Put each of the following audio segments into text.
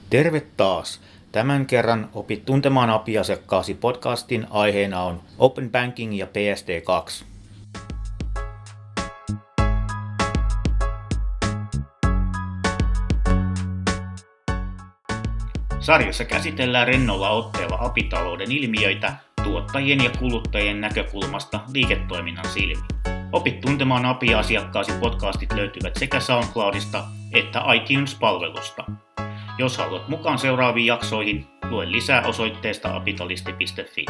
Terve taas! Tämän kerran opit tuntemaan API-asiakkaasi podcastin aiheena on Open Banking ja PSD2. Sarjassa käsitellään rennolla otteella API-talouden ilmiöitä tuottajien ja kuluttajien näkökulmasta liiketoiminnan silmin. Opit tuntemaan API-asiakkaasi podcastit löytyvät sekä SoundCloudista että iTunes-palvelusta. Jos haluat mukaan seuraaviin jaksoihin, lue lisää osoitteesta apitalisti.fi.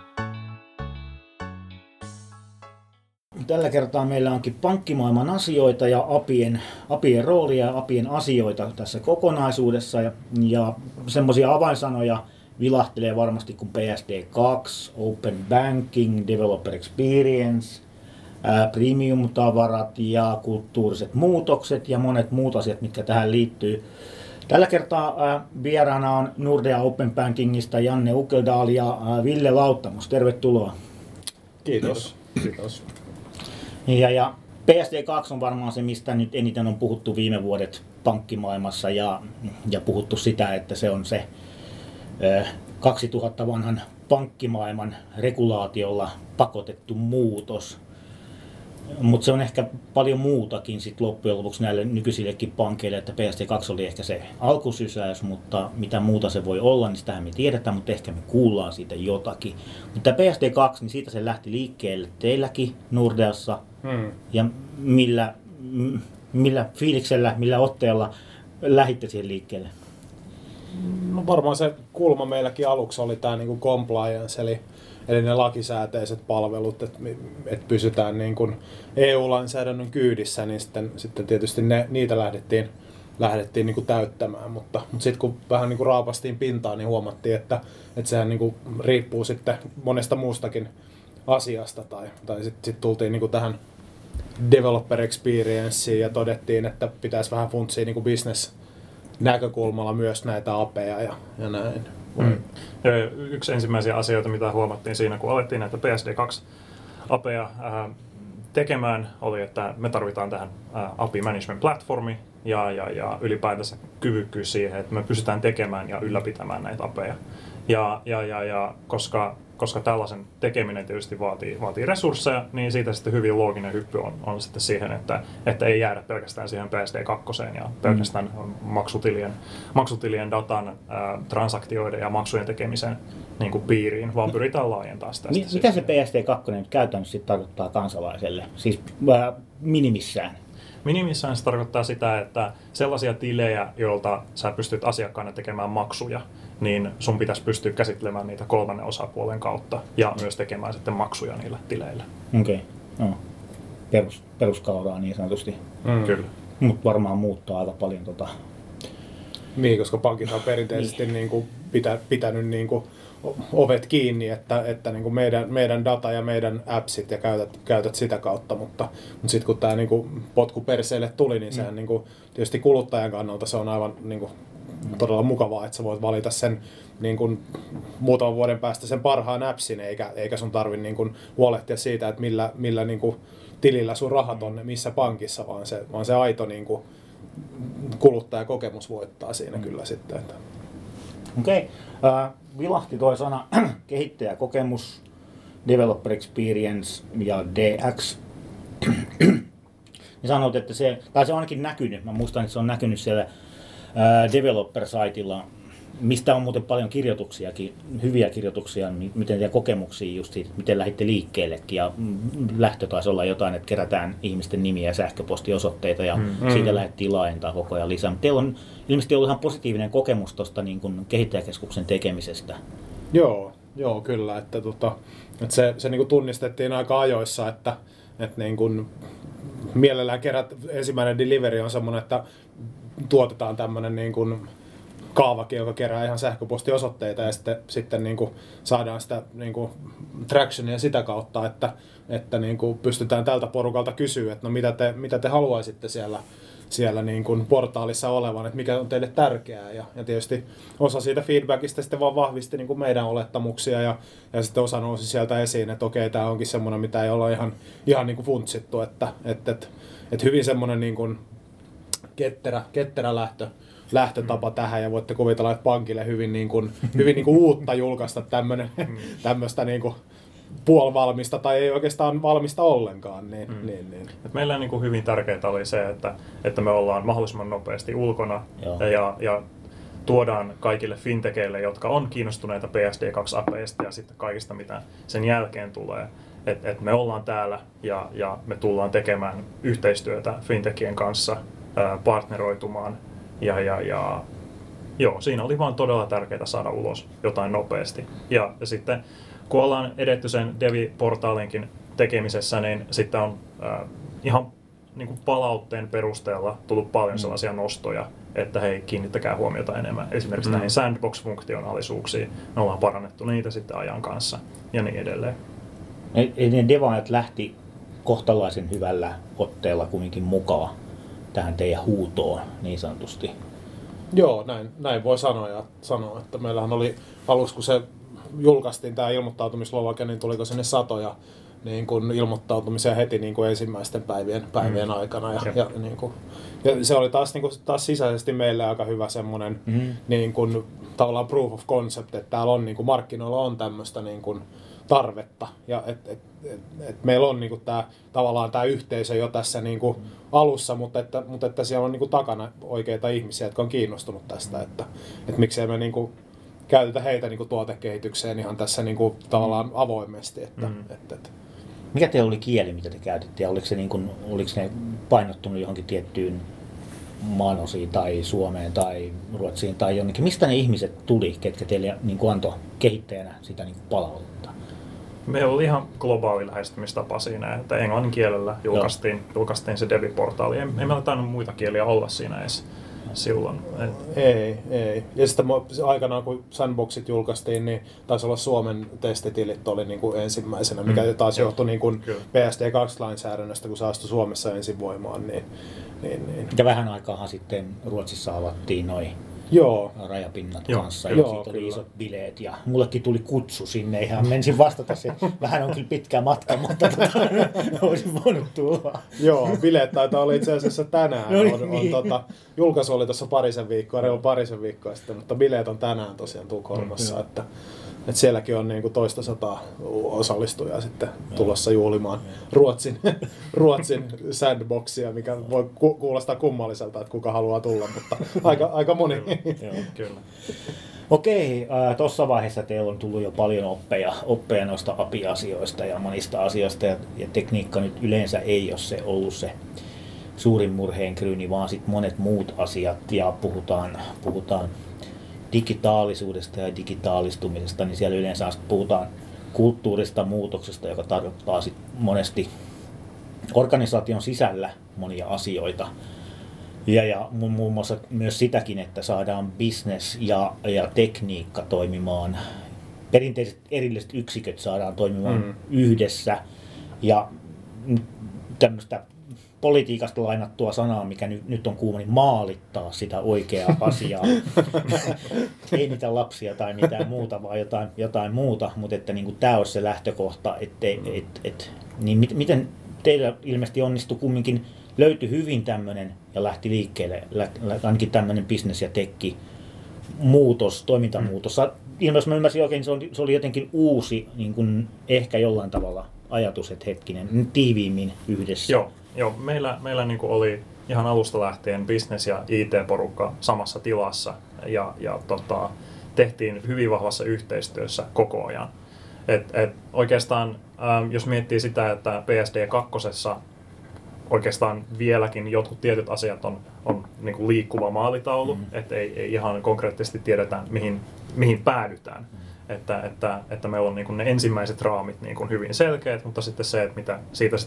Tällä kertaa meillä onkin pankkimaailman asioita ja APIen roolia ja APIen asioita tässä kokonaisuudessa. Ja semmoisia avainsanoja vilahtelee varmasti kuin PSD2, Open Banking, Developer Experience, premium-tavarat ja kulttuuriset muutokset ja monet muut asiat, mitkä tähän liittyy. Tällä kertaa vieraana on Nordea Open Bankingista Janne Ukeldal ja Ville Lauttamus. Tervetuloa. Kiitos. Kiitos. Ja PSD2 on varmaan se, mistä nyt eniten on puhuttu viime vuodet pankkimaailmassa ja puhuttu sitä, että se on se 2000 vanhan pankkimaailman regulaatiolla pakotettu muutos. Mutta se on ehkä paljon muutakin sit loppujen lopuksi näille nykyisillekin pankeille, että PSD2 oli ehkä se alkusysäys, mutta mitä muuta se voi olla, niin sitähän me tiedetään, mutta ehkä me kuullaan siitä jotakin. Mutta PSD2, niin siitä se lähti liikkeelle teilläkin Nordeassa, ja millä fiiliksellä, millä otteella lähditte siihen liikkeelle? No varmaan se kulma meilläkin aluksi oli tämä niinku compliance, eli ne lakisääteiset palvelut, että pysytään niin kuin EU-lainsäädännön kyydissä, niin sitten tietysti niitä lähdettiin niin kuin täyttämään. Mutta sitten kun vähän niin kuin raapastiin pintaa, niin huomattiin, että sehän niin kuin riippuu sitten monesta muustakin asiasta. Tai sitten tultiin niin kuin tähän developer experienceen ja todettiin, että pitäisi vähän funtsia niin kuin business-näkökulmalla myös näitä APEja ja näin. Yksi ensimmäisiä asioita, mitä huomattiin siinä, kun alettiin näitä PSD2 APEja tekemään, oli, että me tarvitaan tähän API Management Platformi ja ylipäätänsä kyvykkyys siihen, että me pystytään tekemään ja ylläpitämään näitä APEja. Ja koska tällaisen tekeminen tietysti vaatii resursseja, niin siitä sitten hyvin looginen hyppy on sitten siihen, että ei jäädä pelkästään siihen PSD2 ja pelkästään maksutilien datan, transaktioiden ja maksujen tekemisen niin kuin piiriin, vaan pyritään laajentamaan sitä. Mitä se PSD2 nyt käytännössä sitten tarkoittaa kansalaiselle, siis minimissään? Minimissään se tarkoittaa sitä, että sellaisia tilejä, joilta sä pystyt asiakkaana tekemään maksuja, niin sun pitäisi pystyä käsittelemään niitä kolmannen osapuolen kautta ja myös tekemään sitten maksuja niillä tileillä. Okei. No. Peruskauraa niin sanotusti. Kyllä. Mutta varmaan muuttaa aika paljon Niin, koska pankit on perinteisesti niin kuin pitänyt niin kuin ovet kiinni, että niin kuin meidän data ja meidän appsit ja käytät sitä kautta, mutta sitten kun tämä niin kuin potku perseelle tuli, niin sehän niin kuin, tietysti kuluttajan kannalta se on aivan niin kuin todella mukavaa, että sä voit valita sen niin kuin muutaman vuoden päästä sen parhaan appsin, eikä sun tarvitse niin kuin huolehtia siitä, että millä niin kuin tilillä sun rahat on, missä pankissa, vaan se aito niin kuin kuluttajakokemus voittaa siinä kyllä sitten. Okei. Vilahti toi sana kehittäjäkokemus, developer experience ja DX. Ja sanoit, että se on ainakin näkynyt, mä muistan, että se on näkynyt siellä developer-saitilla, mistä on muuten paljon kirjoituksiakin, hyviä kirjoituksia, miten ja kokemuksia just siitä, miten lähditte liikkeellekin ja lähtö taisi olla jotain, että kerätään ihmisten nimiä ja sähköpostiosoitteita ja siitä lähdettiin laajentamaan koko ajan lisää. Mutta teillä on ilmeisesti ollut ihan positiivinen kokemus tuosta niin kuin kehittäjäkeskuksen tekemisestä. Joo, kyllä, että se niin kuin tunnistettiin aika ajoissa, että niin kuin mielellään ensimmäinen delivery on semmoinen, että tuotetaan tämmöinen niin kuin kaavake, joka kerää ihan sähköpostiosoitteita ja sitten niin kuin saadaan sitä niin kuin tractionia sitä kautta, että niin kuin pystytään tältä porukalta kysyä, että no mitä te haluaisitte siellä niin kuin portaalissa olevan, että mikä on teille tärkeää ja tietysti osa siitä feedbackista sitten vaan vahvisti niin kuin meidän olettamuksia ja sitten osa nousi sieltä esiin, että okei, tämä onkin semmoinen, mitä ei olla ihan niin kuin funtsittu, että hyvin semmoinen niin kuin ketterä lähtötapa tähän ja voitte kuvitella, että pankille hyvin uutta julkaista tämmöistä niin kuin puolivalmista tai ei oikeastaan valmista ollenkaan. Niin. Et meillä niin kuin hyvin tärkeää oli se, että me ollaan mahdollisimman nopeasti ulkona ja tuodaan kaikille fintecheille, jotka on kiinnostuneita PSD2-apeista ja sitten kaikista, mitä sen jälkeen tulee. Että me ollaan täällä ja me tullaan tekemään yhteistyötä fintechien kanssa, partneroitumaan joo, siinä oli vaan todella tärkeää saada ulos jotain nopeasti. Ja sitten kun ollaan edetty sen Devi-portaalinkin tekemisessä, niin sitten on ihan niin kuin palautteen perusteella tullut paljon sellaisia nostoja, että hei, kiinnittäkää huomiota enemmän esimerkiksi näihin sandbox-funktionaalisuuksiin. Me ollaan parannettu niitä sitten ajan kanssa ja niin edelleen. Ne devaajat lähti kohtalaisen hyvällä otteella kumminkin mukaan tähän teidän huutoon niin sanotusti. Joo, näin voi sanoa, että meillähän oli aluksi, kun se julkaistiin tämä ilmoittautumislovake, niin tuliko sinne satoja niin kuin ilmoittautumisia heti niin kuin ensimmäisten päivien aikana. Ja se oli taas sisäisesti meille aika hyvä semmoinen niin kuin, tavallaan proof of concept, että täällä on, niin kuin, markkinoilla on tämmöistä niin kuin, tarvetta. Ja et meillä on niin kuin, tavallaan tämä yhteisö jo tässä niin kuin, alussa, mutta että siellä on niin kuin, takana oikeita ihmisiä, jotka on kiinnostunut tästä. Että miksei me niin kuin, käytetä heitä niin kuin, tuotekehitykseen ihan tässä niin kuin, tavallaan avoimesti. Mikä teillä oli kieli, mitä te käytitte? Ja oliko ne painottunut johonkin tiettyyn maanosiin tai Suomeen tai Ruotsiin tai jonnekin? Mistä ne ihmiset tuli, ketkä teille niin kuin antoi kehittäjänä sitä niin kuin palautetta? Meillä oli ihan globaali lähestymistapa siinä, että englannin kielellä julkaistiin se Devi-portaali. Ei meillä tainnut muita kieliä olla siinä edes silloin. Ei. Ja sitten aikanaan, kun Sandboxit julkaistiin, niin taisi olla Suomen testitilit oli niin kuin ensimmäisenä, mikä taas johtui niin kuin PSD2-lainsäädännöstä, kun se astui Suomessa ensin voimaan. Niin. Ja vähän aikaahan sitten Ruotsissa avattiin noin rajapinnat kanssa ja siitä oli isot bileet ja mullekin tuli kutsu sinne ihan mensin vastata se. Vähän on kyllä pitkä matka, mutta olisin voinut tulla. Joo, bileet taitaa olla itse asiassa tänään. Julkaisu oli tuossa reilu parisen viikkoa sitten, mutta bileet on tänään tosiaan Tukholmassa. Että sielläkin on niinku 200 osallistujaa sitten tulossa juhlimaan Ruotsin sandboxia, mikä voi kuulostaa kummalliselta, että kuka haluaa tulla, mutta aika moni. Joo, kyllä. Okei, tuossa vaiheessa teillä on tullut jo paljon oppeja noista API-asioista ja monista asioista, ja tekniikka nyt yleensä ei ole se ollut se suurin murheenkryyni, vaan sitten monet muut asiat, ja puhutaan digitaalisuudesta ja digitaalistumisesta, niin siellä yleensä puhutaan kulttuurista muutoksesta, joka tarkoittaa sit monesti organisaation sisällä monia asioita. Ja muun muassa myös sitäkin, että saadaan business ja tekniikka toimimaan. Perinteiset erilliset yksiköt saadaan toimimaan yhdessä. Ja tämmöistä politiikasta lainattua sanaa, mikä nyt on kuuma, niin maalittaa sitä oikeaa asiaa. Ei niitä lapsia tai mitään muuta, vaan jotain muuta, mutta että niin tämä olisi se lähtökohta. Niin miten teillä ilmeisesti onnistui kumminkin, löytyi hyvin tämmöinen ja lähti liikkeelle, ainakin tämmöinen business- ja tekki-muutos, toimintamuutos. Ilmeisesti mä ymmärsin oikein, se oli jotenkin uusi, niin kuin ehkä jollain tavalla ajatus, että hetkinen, tiiviimmin yhdessä. Joo, meillä niin kuin oli ihan alusta lähtien business- ja IT-porukka samassa tilassa ja tehtiin hyvin vahvassa yhteistyössä koko ajan. Oikeastaan, jos miettii sitä, että PSD2 oikeastaan vieläkin jotkut tietyt asiat on niin kuin liikkuva maalitaulu, että ei ihan konkreettisesti tiedetä, mihin päädytään. Että meillä on niin kuin ne ensimmäiset raamit niin kuin hyvin selkeät, mutta sitten se, että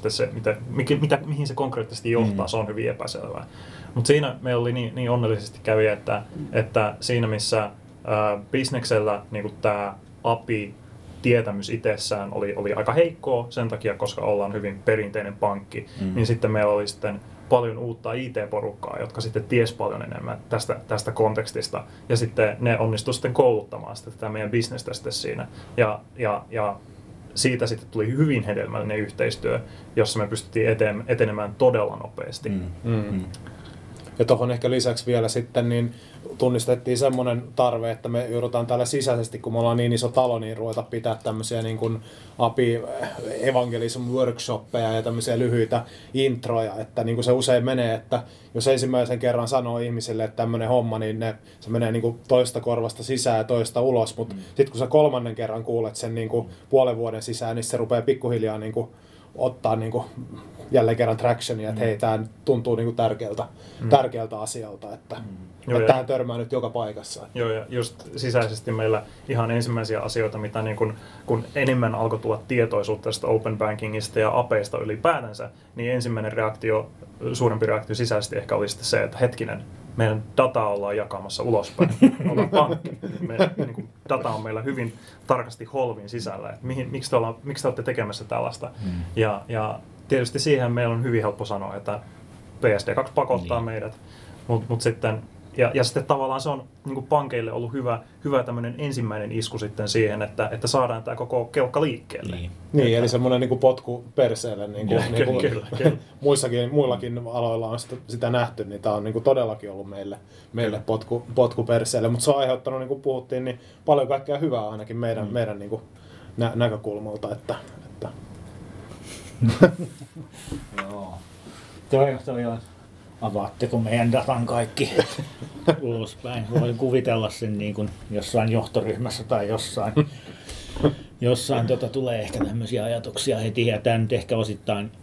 mihin se konkreettisesti johtaa, se on hyvin epäselvää. Mutta siinä meillä oli niin onnellisesti kävi, että siinä missä bisneksellä niin tämä API-tietämys itsessään oli aika heikkoa sen takia, koska ollaan hyvin perinteinen pankki, niin sitten meillä oli sitten paljon uutta IT-porukkaa, jotka sitten ties paljon enemmän tästä kontekstista, ja sitten ne onnistuivat sitten kouluttamaan sitä tätä meidän bisnestä sitten siinä. Ja siitä sitten tuli hyvin hedelmällinen yhteistyö, jossa me pystyttiin etenemään todella nopeasti. Ja tuohon ehkä lisäksi vielä sitten niin tunnistettiin semmoinen tarve, että me joudutaan täällä sisäisesti, kun me ollaan niin iso talo, niin ruveta pitää tämmöisiä niin kuin API evangelism workshoppeja ja tämmöisiä lyhyitä introja, että niin kuin se usein menee, että jos ensimmäisen kerran sanoo ihmisille, että tämmöinen homma, niin se menee niin kuin toista korvasta sisään ja toista ulos, mutta sitten kun sä kolmannen kerran kuulet sen niin kuin puolen vuoden sisään, niin se rupeaa pikkuhiljaa niin kuin ottaa niin kuin jälleen kerran tractionia, että hei, tämä tuntuu niin kuin tärkeältä asialta, että tähän törmää nyt joka paikassa. Joo, ja just sisäisesti meillä ihan ensimmäisiä asioita, mitä niin kun enemmän alkoi tulla tietoisuutta tästä open bankingista ja apeista ylipäätänsä, niin ensimmäinen reaktio, suurempi reaktio sisäisesti ehkä oli sitten se, että hetkinen, meidän dataa ollaan jakamassa ulospäin. Ollaan pankki. Niin data on meillä hyvin tarkasti holvin sisällä. Että miksi te olette tekemässä tällaista? Ja tietysti siihen meillä on hyvin helppo sanoa, että PSD2 pakottaa meidät. Mut sitten, ja sitten tavallaan se on niin kuin pankeille ollut hyvä tämmöinen ensimmäinen isku sitten siihen, että saadaan tämä koko kelkka liikkeelle. Niin, eli semmoinen niin kuin potku perseelle, niin kuin muillakin aloilla on sitä nähty, niin tämä on niin kuin todellakin ollut meille potku perseelle, mutta se on aiheuttanut, niin kuin puhuttiin, niin paljon kaikkea hyvää ainakin meidän niin kuin näkökulmalta. Että. Joo. Toi on. Avaatteko meidän datan kaikki ulospäin? Voin kuvitella sen niin kuin jossain johtoryhmässä tai jossain tulee ehkä tämmöisiä ajatuksia heti. Ja tämä nyt ehkä osittain,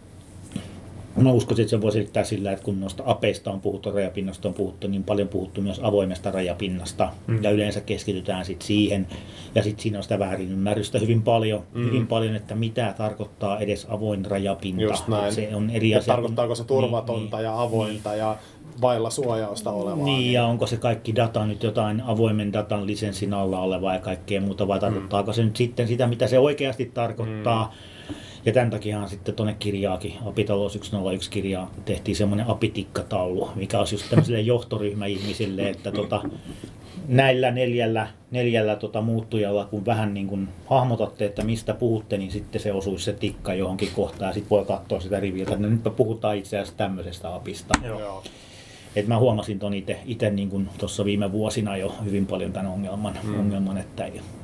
mä uskoisin, että se voi selittää sillä, että kun noista apeista on puhuttu, rajapinnasta on puhuttu, niin paljon puhuttu myös avoimesta rajapinnasta. Ja yleensä keskitytään sitten siihen. Ja sitten siinä on sitä väärinymmärrystä hyvin paljon, että mitä tarkoittaa edes avoin rajapinta. Just näin. Se on eri asia. Tarkoittaako se turvatonta ja avointa ja vailla suojausta olevaa? Niin, ja onko se kaikki data nyt jotain avoimen datan lisenssin alla olevaa ja kaikkea muuta, vai tarkoittaako se nyt sitten sitä, mitä se oikeasti tarkoittaa? Ja tämän takiahan sitten tuonne kirjaakin, API-talous 101 kirjaa, tehtiin semmoinen API-tikkataulu, mikä on just tämmöisille johtoryhmäihmisille, että näillä neljällä muuttujalla, kun vähän niin kuin hahmotatte, että mistä puhutte, niin sitten se osuisi se tikka johonkin kohtaan, ja sitten voi katsoa sitä riviä, että nyt me puhutaan itse asiassa tämmöisestä APIsta. Joo. Et mä huomasin ton itse niin kuin tuossa viime vuosina jo hyvin paljon tämän ongelman että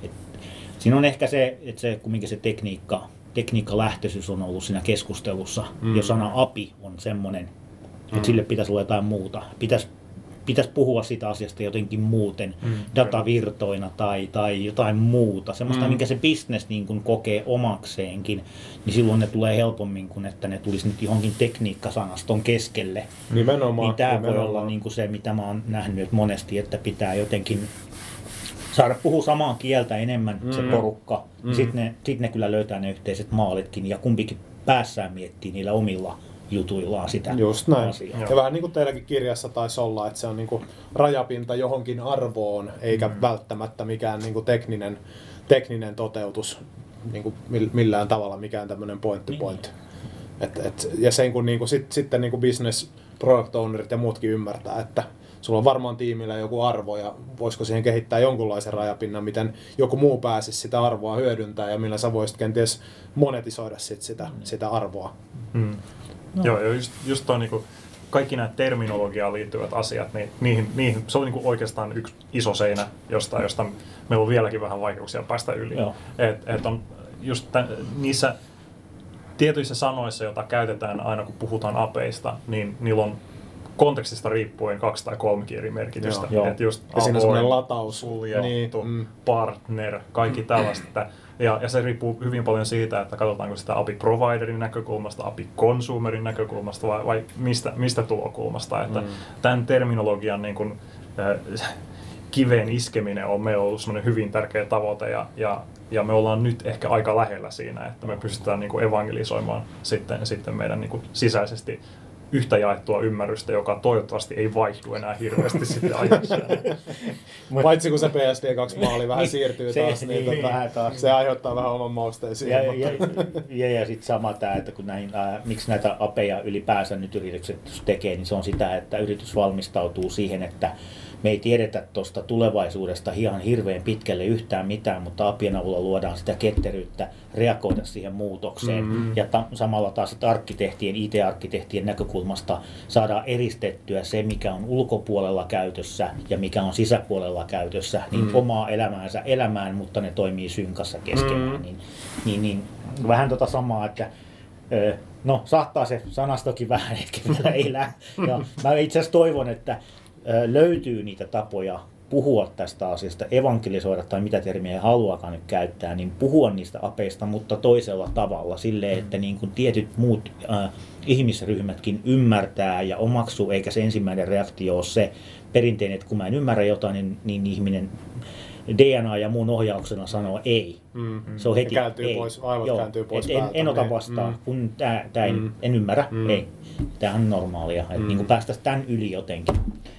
siinä on ehkä se, että se kumminkin se tekniikkalähtöisyys on ollut siinä keskustelussa. Jo sana API on semmoinen, että sille pitäisi olla jotain muuta. Pitäisi puhua siitä asiasta jotenkin muuten, datavirtoina tai jotain muuta. Semmoista, minkä se business niin kuin kokee omakseenkin, niin silloin ne tulee helpommin kuin että ne tulisi nyt johonkin tekniikkasanaston keskelle. Nimenomaan. Niin tämä voi olla niin kuin se, mitä mä oon nähnyt monesti, että pitää jotenkin saada puhua samaa kieltä enemmän se porukka. Sitten ne kyllä löytää ne yhteiset maalitkin ja kumpikin päässään miettii niillä omilla jutuillaan sitä just näin. asiaa. Ja vähän niin kuin teilläkin kirjassa taisi olla, että se on niin kuin rajapinta johonkin arvoon, eikä välttämättä mikään niin kuin tekninen toteutus niin kuin millään tavalla, mikään tämmöinen point to point. Ja sen kun niin kuin sitten niin kuin business product ownerit ja muutkin ymmärtää, että sulla on varmaan tiimillä joku arvo ja voisiko siihen kehittää jonkunlaisen rajapinnan, miten joku muu pääsisi sitä arvoa hyödyntämään ja millä sä voisit kenties monetisoida sitä arvoa. Joo, ja just toi niinku kaikki nämä terminologiaan liittyvät asiat, niin niihin se on niinku oikeastaan yksi iso seinä, josta meillä on vieläkin vähän vaikeuksia päästä yli. Et on just niissä tietyissä sanoissa, joita käytetään aina kun puhutaan apeista, niin niillä on kontekstista riippuen 2 tai 3 eri merkitystä. Et just avoin, lataus, suljettu, partner, kaikki tällaista. Ja se riippuu hyvin paljon siitä, että katsotaanko sitä API-providerin näkökulmasta, API-consumerin näkökulmasta vai mistä tulokulmasta. Että tämän terminologian niin kuin, kiveen iskeminen on meillä ollut semmoinen hyvin tärkeä tavoite ja me ollaan nyt ehkä aika lähellä siinä, että me pystytään niin kuin evangelisoimaan sitten meidän niin kuin sisäisesti yhtä jaettua ymmärrystä, joka toivottavasti ei vaihdu enää hirveästi sitten ajassa. Paitsi kun se PSD2-maali vähän siirtyy taas, niin se aiheuttaa vähän oman mausteen siihen. Ja sitten sama tämä, että kun miksi näitä apeja ylipäänsä nyt yritykset tekee, niin se on sitä, että yritys valmistautuu siihen, että me ei tiedetä tuosta tulevaisuudesta ihan hirveän pitkälle yhtään mitään, mutta APIen avulla luodaan sitä ketteryyttä reagoida siihen muutokseen. Ja samalla taas IT-arkkitehtien näkökulmasta saadaan eristettyä se, mikä on ulkopuolella käytössä ja mikä on sisäpuolella käytössä, niin omaa elämäänsä elämään, mutta ne toimii synkassa keskenään. Niin vähän samaa, että no saattaa se sanastokin vähän ehkä vielä elää. Ja mä itse asiassa toivon, että löytyy niitä tapoja puhua tästä asiasta, evankelisoida tai mitä termiä haluakaan nyt käyttää, niin puhua niistä apeista, mutta toisella tavalla silleen, että niin kuin tietyt muut ihmisryhmätkin ymmärtää ja omaksuu, eikä se ensimmäinen reaktio ole se perinteinen, että kun mä en ymmärrä jotain, niin ihminen DNA ja muun ohjauksena sanoo ei. Se on heti ei. Aivot kääntyy pois en ota vastaan, kun en ymmärrä, ei. Tämä on normaalia, että niin kuin päästäisiin tämän yli jotenkin.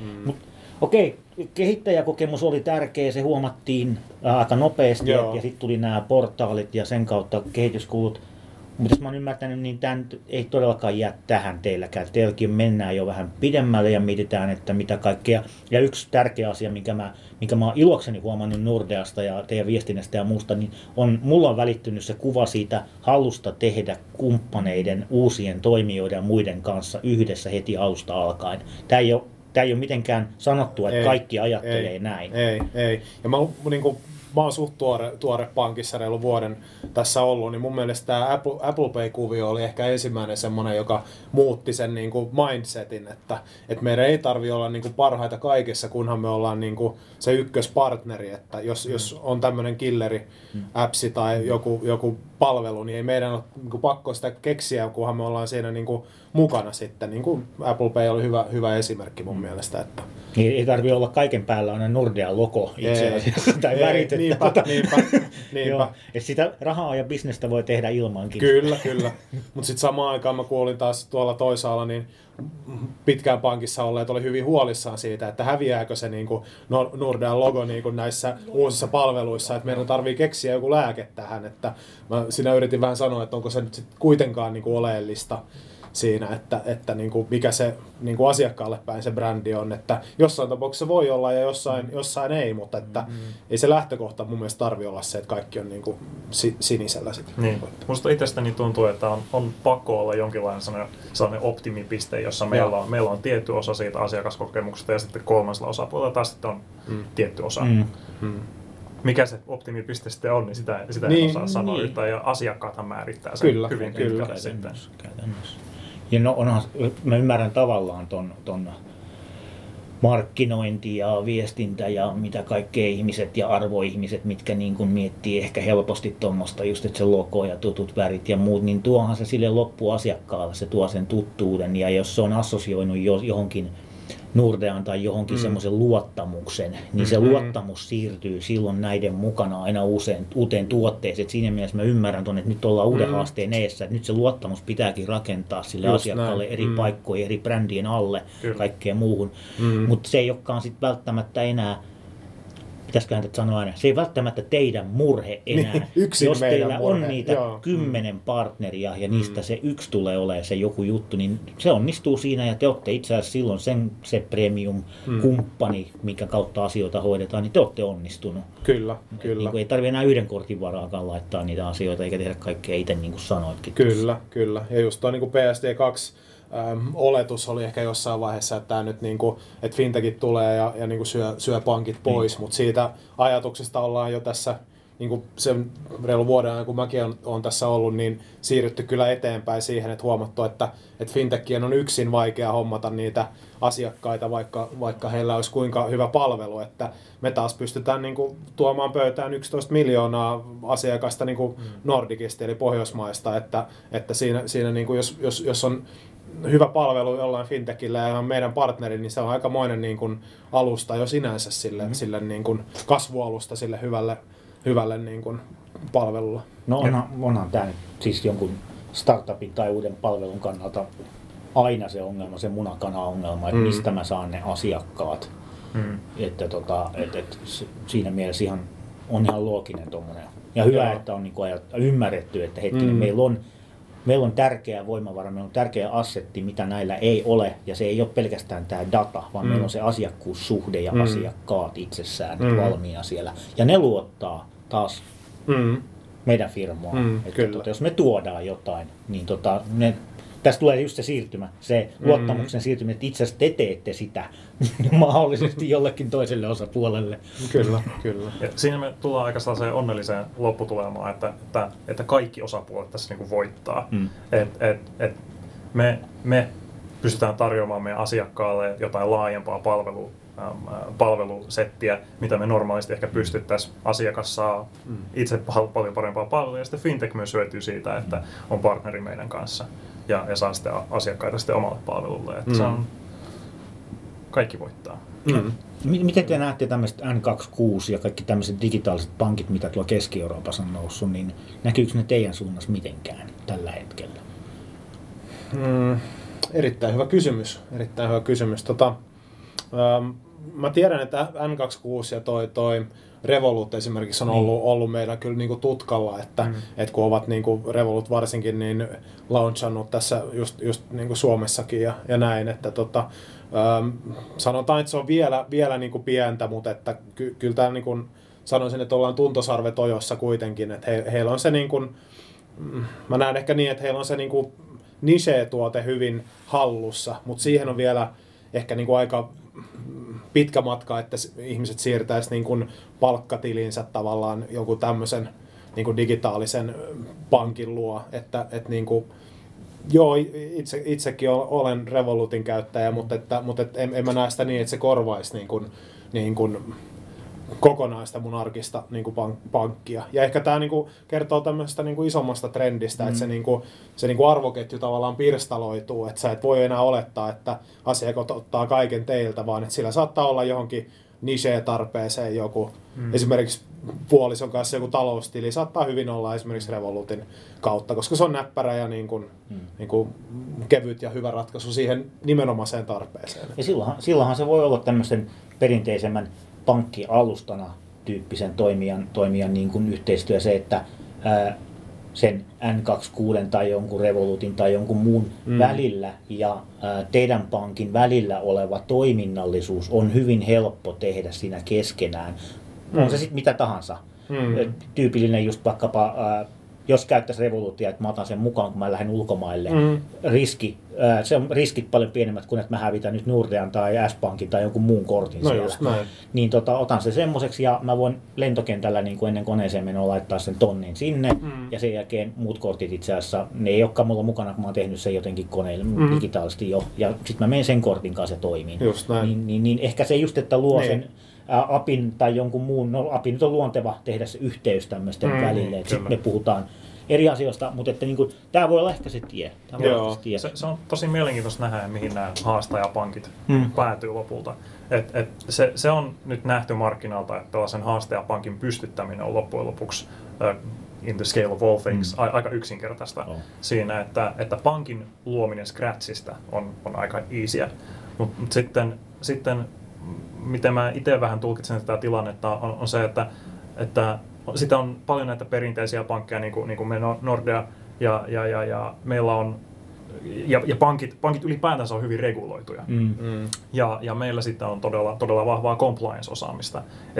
Okei, kehittäjäkokemus oli tärkeä, se huomattiin aika nopeasti, ja sitten tuli nämä portaalit ja sen kautta kehityskulut. Mutta jos mä oon ymmärtänyt, niin tämä ei todellakaan jää tähän teilläkään. Teilläkin mennään jo vähän pidemmälle ja mietitään, että mitä kaikkea. Ja yksi tärkeä asia, minkä mä oon ilokseni huomannut Nordeasta ja teidän viestinnästä ja muusta, niin mulla on välittynyt se kuva siitä halusta tehdä kumppaneiden, uusien toimijoiden ja muiden kanssa yhdessä heti alusta alkaen. Tämä ei ole mitenkään sanottu, että kaikki ajattelee näin. Ei. Ja mä oon suht tuore pankissa reilu vuoden tässä ollut, niin mun mielestä tämä Apple Pay-kuvio oli ehkä ensimmäinen semmoinen, joka muutti sen niin kuin mindsetin, että meidän ei tarvitse olla niin kuin parhaita kaikessa, kunhan me ollaan niin kuin se ykköspartneri, että jos on tämmöinen killeri-appsi tai joku palvelu, niin ei meidän ole niin kuin pakko sitä keksiä, kunhan me ollaan siinä niin kuin mukana sitten. Niin kuin Apple Pay oli hyvä esimerkki mun mielestä. Että niin ei tarvitse olla kaiken päällä aina Nordean logo itse asiassa, tai väritettä. Niinpä. Että sitä rahaa ja bisnestä voi tehdä ilmankin. Kyllä. Mutta sitten samaan aikaan mä kuulin taas tuolla toisaalla, niin pitkään pankissa olleet oli hyvin huolissaan siitä, että häviääkö se niin kuin Nordean logo niin kuin näissä uusissa palveluissa, että meidän tarvii keksiä joku lääke tähän. Että mä siinä yritin vähän sanoa, että onko se nyt sit kuitenkaan niin kuin oleellista siinä, että niin kuin mikä se niin kuin asiakkaalle päin se brändi on, että jossain tapauksessa voi olla ja jossain ei, mutta että ei se lähtökohta mun mielestä tarvitse olla se, että kaikki on niin kuin sinisellä sitten. Niin. Musta itsestäni tuntuu, että on pakko olla jonkinlainen sellainen optimipiste, jossa meillä on tietty osa siitä asiakaskokemuksesta ja sitten kolmasella osapuolella taas sitten on tietty osa. Mikä se optimipiste sitten on, niin sitä en osaa sanoa yhtään, ja asiakkaathan määrittää sen hyvin pitkälle sitten. Käytännössä. Ja mä ymmärrän tavallaan ton markkinointi ja viestintä ja mitä kaikkea ihmiset ja arvoihmiset, mitkä niin kuin miettii ehkä helposti tuommoista, just että se logo ja tutut värit ja muut, niin tuohan se sille loppuasiakkaalle, se tuo sen tuttuuden, ja jos se on assosioinut johonkin Nordeaan tai johonkin semmoisen luottamuksen, niin se luottamus siirtyy silloin näiden mukana aina uuteen tuotteeseen. Et siinä mielessä mä ymmärrän tuonne, että nyt ollaan uuden haasteen edessä, että nyt se luottamus pitääkin rakentaa sille asiakkaalle eri paikkoihin, eri brändien alle, kaikkeen muuhun. Mutta se ei olekaan sitten välttämättä enää, pitäisiköhän tätä sanoa aina, se ei välttämättä teidän murhe enää. Jos teillä on niitä 10 partneria ja niistä se yksi tulee olemaan se joku juttu, niin se onnistuu siinä ja te olette itse asiassa silloin se premium-kumppani, minkä kautta asioita hoidetaan, niin te olette onnistunut. Kyllä. Niin ei tarvitse enää yhden kortin varaakaan laittaa niitä asioita eikä tehdä kaikkea itse niin kuin sanoitkin. Kyllä. Ja just tuo niin kuin PSD2 oletus oli ehkä jossain vaiheessa, että tämä nyt niinku, että fintechit tulee ja niinku syö pankit pois, mutta siitä ajatuksesta ollaan jo tässä niinku sen reilun vuoden ajan, kun mäkin olen tässä ollut, niin siirrytty kyllä eteenpäin siihen, että huomattu, että fintechien on yksin vaikea hommata niitä asiakkaita, vaikka heillä olisi kuinka hyvä palvelu, että me taas pystytään niinku tuomaan pöytään 11 miljoonaa asiakasta niinku Nordicista eli Pohjoismaista, että siinä niinku, jos on hyvä palvelu jollain fintechillä ja on meidän partneri, niin se on aikamoinen niin kuin alusta jo sinänsä sille niin kuin kasvualusta sille hyvälle niin kuin palvelulla. No onhan tämä nyt siis jonkun startupin tai uuden palvelun kannalta aina se ongelma, se munakana-ongelma, että mistä mä saan ne asiakkaat. Että siinä mielessä on ihan looginen tommoinen. Ja hyvä, että on niin kuin ymmärretty, että hetkinen, meillä on meillä on tärkeä voimavara, meillä on tärkeä assetti, mitä näillä ei ole, ja se ei ole pelkästään tämä data, vaan meillä on se asiakkuussuhde ja asiakkaat itsessään valmiina siellä. Ja ne luottaa taas meidän firmaan. Että jos me tuodaan jotain, niin tästä tulee just se siirtymä, se luottamuksen siirtymä, että itse asiassa te teette sitä mahdollisesti jollekin toiselle osapuolelle. Kyllä. Ja siinä me tullaan aika sellaiseen onnelliseen lopputulemaan, että kaikki osapuolet tässä niin kuin voittaa. Me pystytään tarjoamaan meidän asiakkaalle jotain laajempaa palvelusettiä, mitä me normaalisti ehkä pystyttäisiin. Asiakas saa itse paljon parempaa palvelua, ja sitten fintech myös hyötyy siitä, että on partneri meidän kanssa ja saa sitten asiakkaita sitten omalle palvelulle. Että se on, kaikki voittaa. Miten te näette tämmöiset N26 ja kaikki tämmöiset digitaaliset pankit, mitä tuolla Keski-Euroopassa on noussut, niin näkyykö ne teidän suunnassa mitenkään tällä hetkellä? Erittäin hyvä kysymys. Mä tiedän, että N26 ja toi Revolut esimerkiksi on ollut meillä kyllä niinku tutkalla, että kun ovat niinku Revolut varsinkin niin launchannut tässä just niinku Suomessakin ja näin, että sanotaan, että se on vielä niinku pientä, mutta että kyllä tämä niinku, sanoisin, että ollaan tuntosarvet ojossa kuitenkin, että heillä on se niinku, mä näen ehkä niin, että heillä on se niinku niche-tuote hyvin hallussa, mutta siihen on vielä ehkä niinku aika pitkä matka, että ihmiset siirtäisi niin kuin palkkatilinsä tavallaan joku tämmöisen niin kuin digitaalisen pankin luo. Että niin kuin, joo, itsekin olen Revolutin käyttäjä, mutta en mä näe sitä niin, että se korvaisi niin kuin kokonaista mun arkista niin kuin pankkia. Ja ehkä tämä niin kuin kertoo tämmöisestä niin kuin isommasta trendistä, että se niin kuin arvoketju tavallaan pirstaloituu, että sä et voi enää olettaa, että asiakkaat ottaa kaiken teiltä, vaan että sillä saattaa olla johonkin niche-tarpeeseen joku, esimerkiksi puolison kanssa joku taloustili, saattaa hyvin olla esimerkiksi Revolutin kautta, koska se on näppärä ja niin kuin kevyt ja hyvä ratkaisu siihen nimenomaiseen tarpeeseen. Ja silloinhan se voi olla tämmöisen perinteisemmän pankkialustana tyyppisen toimijan niin kuin yhteistyö se, että sen N26 tai jonkun Revolutin tai jonkun muun välillä ja teidän pankin välillä oleva toiminnallisuus on hyvin helppo tehdä siinä keskenään. On se sitten mitä tahansa. Tyypillinen just vaikkapa, jos käyttäisi Revolutia, että mä otan sen mukaan, kun mä lähden ulkomaille. Se on riskit paljon pienemmät kuin, että mä hävitän nyt Nordean tai S-Pankin tai jonkun muun kortin siellä. Niin otan sen semmoiseksi ja mä voin lentokentällä niin kuin ennen koneeseen menoa laittaa sen tonnin sinne. Ja sen jälkeen muut kortit itse asiassa, ne ei olekaan mulla mukana, kun mä oon tehnyt sen jotenkin koneille digitaalisesti jo. Ja sit mä menen sen kortin kanssa ja toimin. Niin ehkä se just, että luo sen APIn tai jonkun muun, API nyt on luonteva tehdä se yhteys tämmöisten välille, että sitten me puhutaan eri asioista, mutta että niin kuin, tämä voi olla ehkä se tie. Se on tosi mielenkiintoista nähdä, mihin nämä haastajapankit päätyy lopulta. Se on nyt nähty markkinalta, että tällaisen haastajapankin pystyttäminen on loppujen lopuksi in the scale of all things aika yksinkertaista siinä, että pankin luominen scratchista on aika easyä, mutta sitten miten mä itse vähän tulkitsen tätä tilannetta, on se, että sitä on paljon näitä perinteisiä pankkeja, niin kuin me Nordea, ja meillä on, ja pankit ylipäätänsä on hyvin reguloituja. Ja meillä sitten on todella vahvaa compliance-osaamista.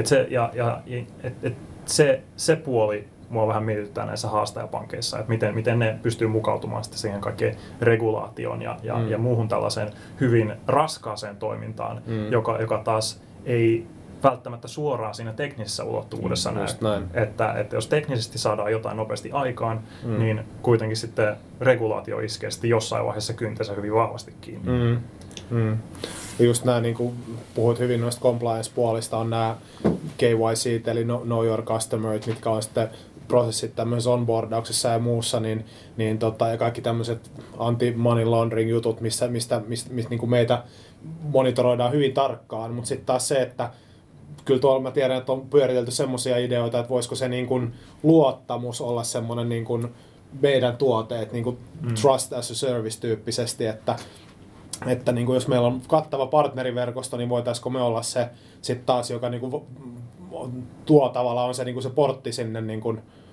Se puoli mua vähän mietityttää näissä haastajapankeissa, että miten ne pystyy mukautumaan sitten siihen kaikkeen regulaatioon ja muuhun tällaiseen hyvin raskaaseen toimintaan, joka taas ei välttämättä suoraan siinä teknisessä ulottuvuudessa näy. Että jos teknisesti saadaan jotain nopeasti aikaan, niin kuitenkin sitten regulaatio iskee sitten jossain vaiheessa kyntensä hyvin vahvasti kiinni. Ja just nämä, niin kuin puhuit hyvin noista compliance-puolista, on nämä KYC, eli Know Your Customer, mitkä on sitten prosessit tämmöisessä onboardauksessa ja muussa, ja kaikki tämmöiset anti-money laundering jutut, mistä niin kuin meitä monitoroidaan hyvin tarkkaan, mutta sitten taas se, että kyllä tuolla mä tiedän, että on pyöritelty semmoisia ideoita, että voisiko se niin kuin luottamus olla semmoinen niin kuin meidän tuote, että niin kuin trust as a service tyyppisesti, että niin kuin jos meillä on kattava partneriverkosto, niin voitaisiko me olla se sitten taas, joka niin kuin tuo tavallaan on se, niin kuin se portti sinne niin kuin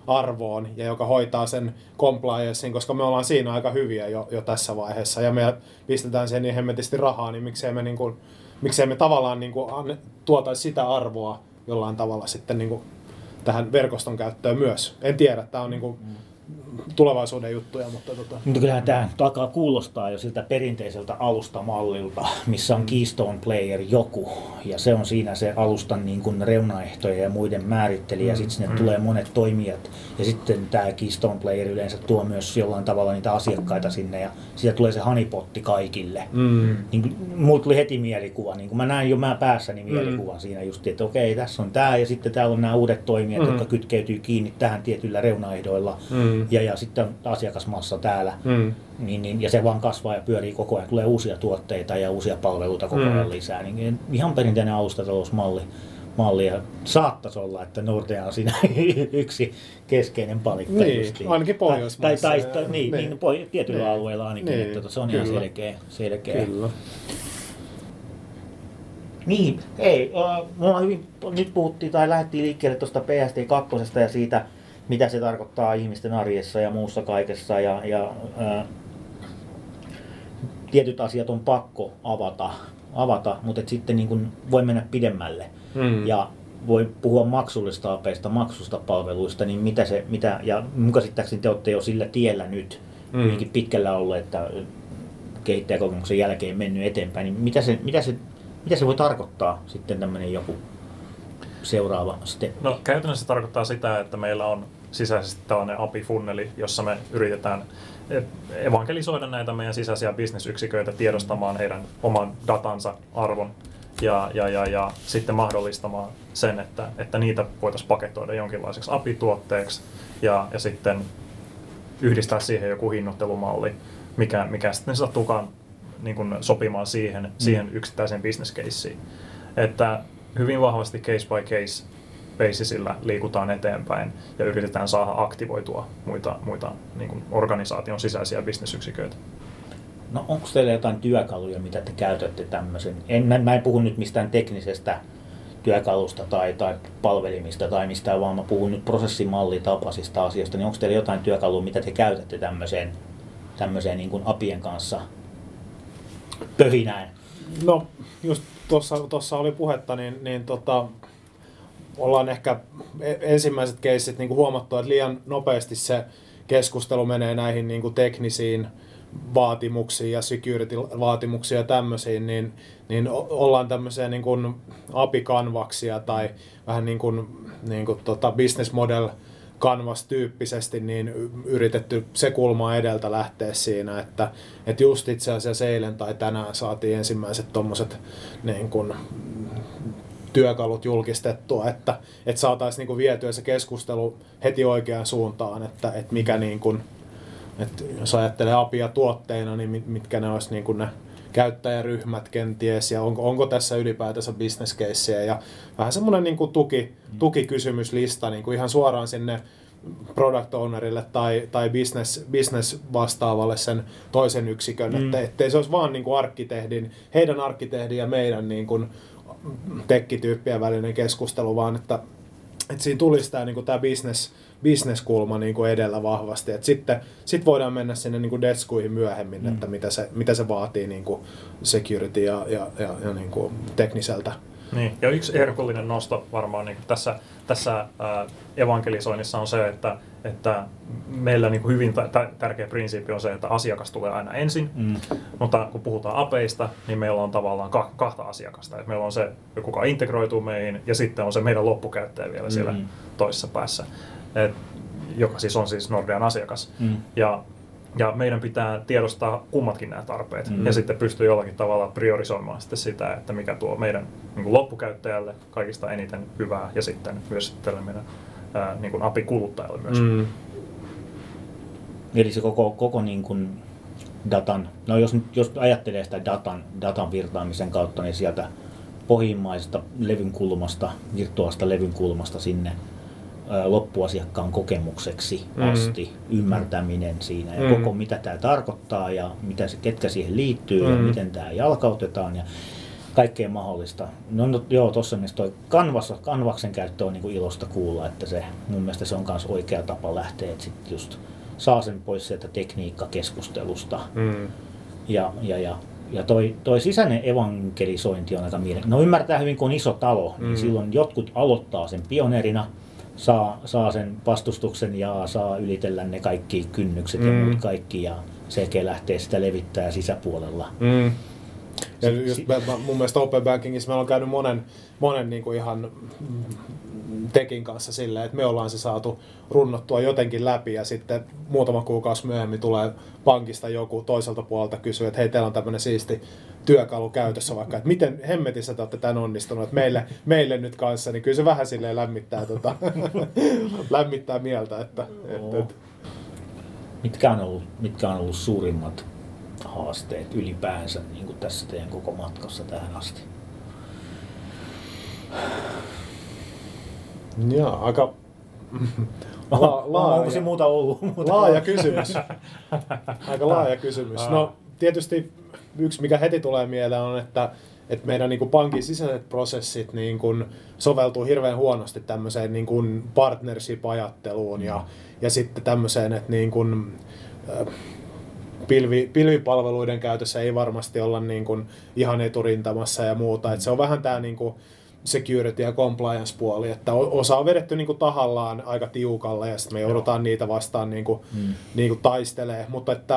arvoon ja joka hoitaa sen compliancein, koska me ollaan siinä aika hyviä jo tässä vaiheessa ja me pistetään siihen niin hemmetisti rahaa, niin miksei me tavallaan niin kuin tuotaisi sitä arvoa jollain tavalla sitten niin kuin tähän verkoston käyttöön myös. En tiedä, tämä on niin kuin tulevaisuuden juttuja, mutta kyllähän tämä alkaa kuulostaa jo siltä perinteiseltä alustamallilta, missä on Keystone Player joku, ja se on siinä se alustan niin kuin reunaehtoja ja muiden määrittelijä, ja sitten sinne tulee monet toimijat, ja sitten tämä Keystone Player yleensä tuo myös jollain tavalla niitä asiakkaita sinne, ja siitä tulee se honeypotti kaikille. Niin, mulla tuli heti mielikuva, niin kuin mä näin jo päässäni mielikuvan siinä just, että okei, tässä on tämä, ja sitten täällä on nämä uudet toimijat, jotka kytkeytyy kiinni tähän tietyillä reunaehdoilla, ja sitten asiakasmassa täällä, ja se vaan kasvaa ja pyörii koko ajan. Tulee uusia tuotteita ja uusia palveluita koko ajan lisää. Niin ihan perinteinen alustatalousmalli. Ja saattaisi olla, että Nordea on siinä yksi keskeinen palikka. Niin, ainakin Pohjoismaissa. Niin, tietyillä alueilla ainakin, että se on ihan selkeä. Kyllä. Niin, me ollaan nyt puhuttiin tai lähdettiin liikkeelle tuosta PSD2 ja siitä, mitä se tarkoittaa ihmisten arjessa ja muussa kaikessa. Tietyt asiat on pakko avata, mutta sitten niin kuin voi mennä pidemmälle. Ja voi puhua maksullista apeista, maksusta palveluista, niin ja mun käsittääkseni te olette jo sillä tiellä nyt, hyvinkin pitkällä ollut, että kehittäjäkokemuksen jälkeen mennyt eteenpäin, niin mitä se voi tarkoittaa sitten tämmöinen joku seuraava steppi? No käytännössä se tarkoittaa sitä, että meillä on sisäisesti tällainen API-funneli, jossa me yritetään evankelisoida näitä meidän sisäisiä bisnesyksiköitä tiedostamaan heidän oman datansa arvon ja sitten mahdollistamaan sen, että niitä voitaisiin paketoida jonkinlaiseksi API-tuotteeksi ja sitten yhdistää siihen joku hinnoittelumalli, mikä sitten sattuukaan niin kuin sopimaan siihen yksittäiseen business caseen. Että hyvin vahvasti case by case basisilla liikutaan eteenpäin ja yritetään saada aktivoitua muita niin kuin organisaation sisäisiä bisnesyksiköitä. No onko teillä jotain työkaluja, mitä te käytätte tämmöisen? Mä en puhu nyt mistään teknisestä työkalusta tai palvelimista tai mistään, vaan mä puhun nyt prosessimallitapaisista asioista. Niin onko teillä jotain työkaluja, mitä te käytätte tämmöiseen niin kuin APIen kanssa pöhinään? No just tuossa oli puhetta, niin ollaan ehkä ensimmäiset keissit niin kuin huomattu, että liian nopeasti se keskustelu menee näihin niin kuin teknisiin vaatimuksiin ja security-vaatimuksiin ja tämmöisiin, niin ollaan tämmöisiä niin kuin API-kanvaksia tai vähän niin kuin business model canvas-tyyppisesti niin yritetty se kulma edeltä lähteä siinä, että just itse asiassa eilen tai tänään saatiin ensimmäiset tommoset niin kuin työkalut julkistettua, että saataisiin niin kuin vietyä se keskustelu heti oikeaan suuntaan, että mikä niin kuin, että jos ajattelee APIa tuotteina, niin mitkä ne olisi niin kuin ne käyttäjäryhmät kenties ja onko tässä ylipäätänsä business caseja ja vähän semmoinen niin kuin tukikysymyslista niin kuin ihan suoraan sinne product ownerille tai business vastaavalle sen toisen yksikön, ettei se olisi vaan niin kuin heidän arkkitehdin ja meidän niin kuin tekkityyppien välinen keskustelu, vaan että siinä tulisi tämä niin kuin tämä business-kulma niin kuin edellä vahvasti. Sitten voidaan mennä sinne niin kuin deskuihin myöhemmin, että mitä se vaatii niin kuin security ja niin kuin tekniseltä. Niin. Ja yksi herkullinen nosto varmaan niin tässä evankelisoinnissa on se, että meillä niin kuin hyvin tärkeä prinsiippi on se, että asiakas tulee aina ensin, mutta kun puhutaan apeista, niin meillä on tavallaan kahta asiakasta. Et meillä on se, kuka integroituu meihin, ja sitten on se meidän loppukäyttäjä vielä siellä toisessa päässä, joka siis on siis Nordean asiakas. Ja meidän pitää tiedostaa kummatkin nämä tarpeet ja sitten pystyy jollakin tavalla priorisoimaan sitten sitä, että mikä tuo meidän niin kuin loppukäyttäjälle kaikista eniten hyvää ja sitten myös tälle meidän niin kuin API-kuluttajalle myös. Eli se koko niin kuin datan, no jos ajattelee sitä datan virtaamisen kautta, niin sieltä pohjimmaisesta levyn kulmasta, virtuaalista levyn kulmasta sinne loppuasiakkaan kokemukseksi asti, ymmärtäminen siinä ja koko mitä tämä tarkoittaa ja ketkä siihen liittyy ja miten tämä jalkautetaan. kaikkea mahdollista. No joo, tuossa mielessä toi Canvasen käyttö on niin kuin ilosta kuulla, että se, mun mielestä se on myös oikea tapa lähteä, että sit just saa sen pois sieltä tekniikkakeskustelusta. Ja toi sisäinen evankelisointi on aika mielenkiintoinen. No ymmärtää hyvin, kun on iso talo, niin silloin jotkut aloittaa sen pioneerina, saa sen vastustuksen ja saa ylitellä ne kaikki kynnykset ja muut kaikki, ja sekin lähtee sitä levittää sisäpuolella. Ja just mun mielestä Open Bankingissa meillä on käynyt monen niin kuin ihan tekin kanssa silleen, että me ollaan se saatu runnottua jotenkin läpi ja sitten muutama kuukausi myöhemmin tulee pankista joku toiselta puolelta kysyy, että hei, teillä on tämmöinen siisti työkalu käytössä vaikka, että miten hemmetissä te olette tämän onnistunut, että meille nyt kanssa, niin kyllä se vähän silleen lämmittää mieltä. Että. Mitkä on ollut suurimmat haasteet ylipäänsä niin kuin tässä teidän koko matkassa tähän asti? Joo, aika onko se muuta ollut? Laaja kysymys. Aika laaja kysymys. No tietysti yksi, mikä heti tulee mieleen on, että meidän niin kuin pankin sisäiset prosessit niin kuin soveltuu hirveän huonosti tämmöiseen niin kuin partnership-ajatteluun ja sitten tämmöiseen, että niin kuin, pilvipalveluiden käytössä ei varmasti olla niin kuin ihan eturintamassa ja muuta. Että se on vähän tämä niin kuin security- ja compliance-puoli, että osa on vedetty niin kuin tahallaan aika tiukalle ja sitten me joudutaan niitä vastaan niin kuin taistelemaan. Mutta että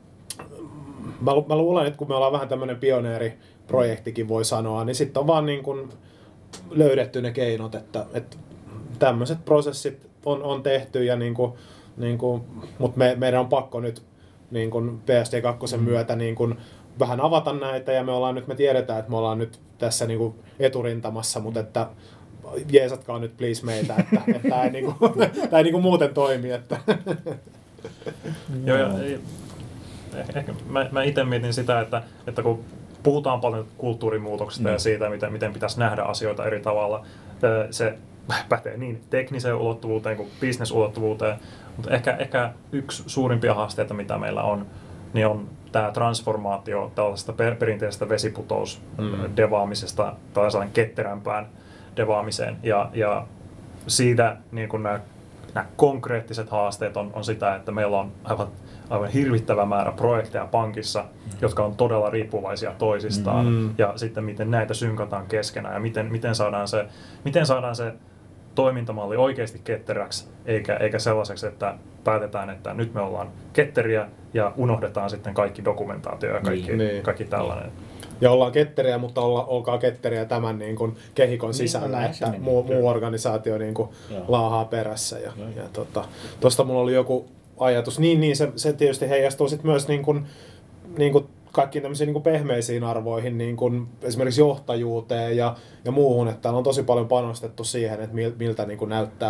mä luulen, että kun me ollaan vähän tämmöinen pioneeriprojektikin voi sanoa, niin sitten on vaan niin kuin löydetty ne keinot, että tämmöiset prosessit on tehty, ja mutta meidän on pakko nyt niin kuin PSD2 myötä niin kuin vähän avata näitä, ja me tiedetään, että me ollaan nyt tässä niin kuin eturintamassa, mutta että jeesatkaa nyt please meitä, että tämä ei, niin kuin, tämä ei niin kuin muuten toimi. Että. Joo, ja ehkä mä itse mietin sitä, että kun puhutaan paljon kulttuurimuutoksesta ja siitä, miten pitäisi nähdä asioita eri tavalla, se pätee niin tekniseen ulottuvuuteen kuin business-ulottuvuuteen, mutta ehkä yksi suurimpia haasteita, mitä meillä on, niin on tämä transformaatio tällaisesta perinteisestä vesiputous-devaamisesta tällaiseen ketterämpään devaamiseen. Ja siitä niin kun nämä konkreettiset haasteet on sitä, että meillä on aivan hirvittävä määrä projekteja pankissa, jotka on todella riippuvaisia toisistaan, ja sitten miten näitä synkataan keskenään ja miten saadaan se toimintamalli oikeasti ketteräksi, eikä sellaiseksi, että päätetään, että nyt me ollaan ketteriä ja unohdetaan sitten kaikki dokumentaatio ja kaikki tällainen. Ja ollaan ketteriä, mutta olkaa ketteriä tämän niin kuin kehikon sisällä, että muu organisaatio niin kuin laahaa perässä. Ja tuosta mulla oli joku ajatus. Se tietysti heijastuu sit myös niin kuin kaikkiin tämmöisiin niin kuin pehmeisiin arvoihin, niin kuin esimerkiksi johtajuuteen ja muuhun, että on tosi paljon panostettu siihen, että miltä niin kuin näyttää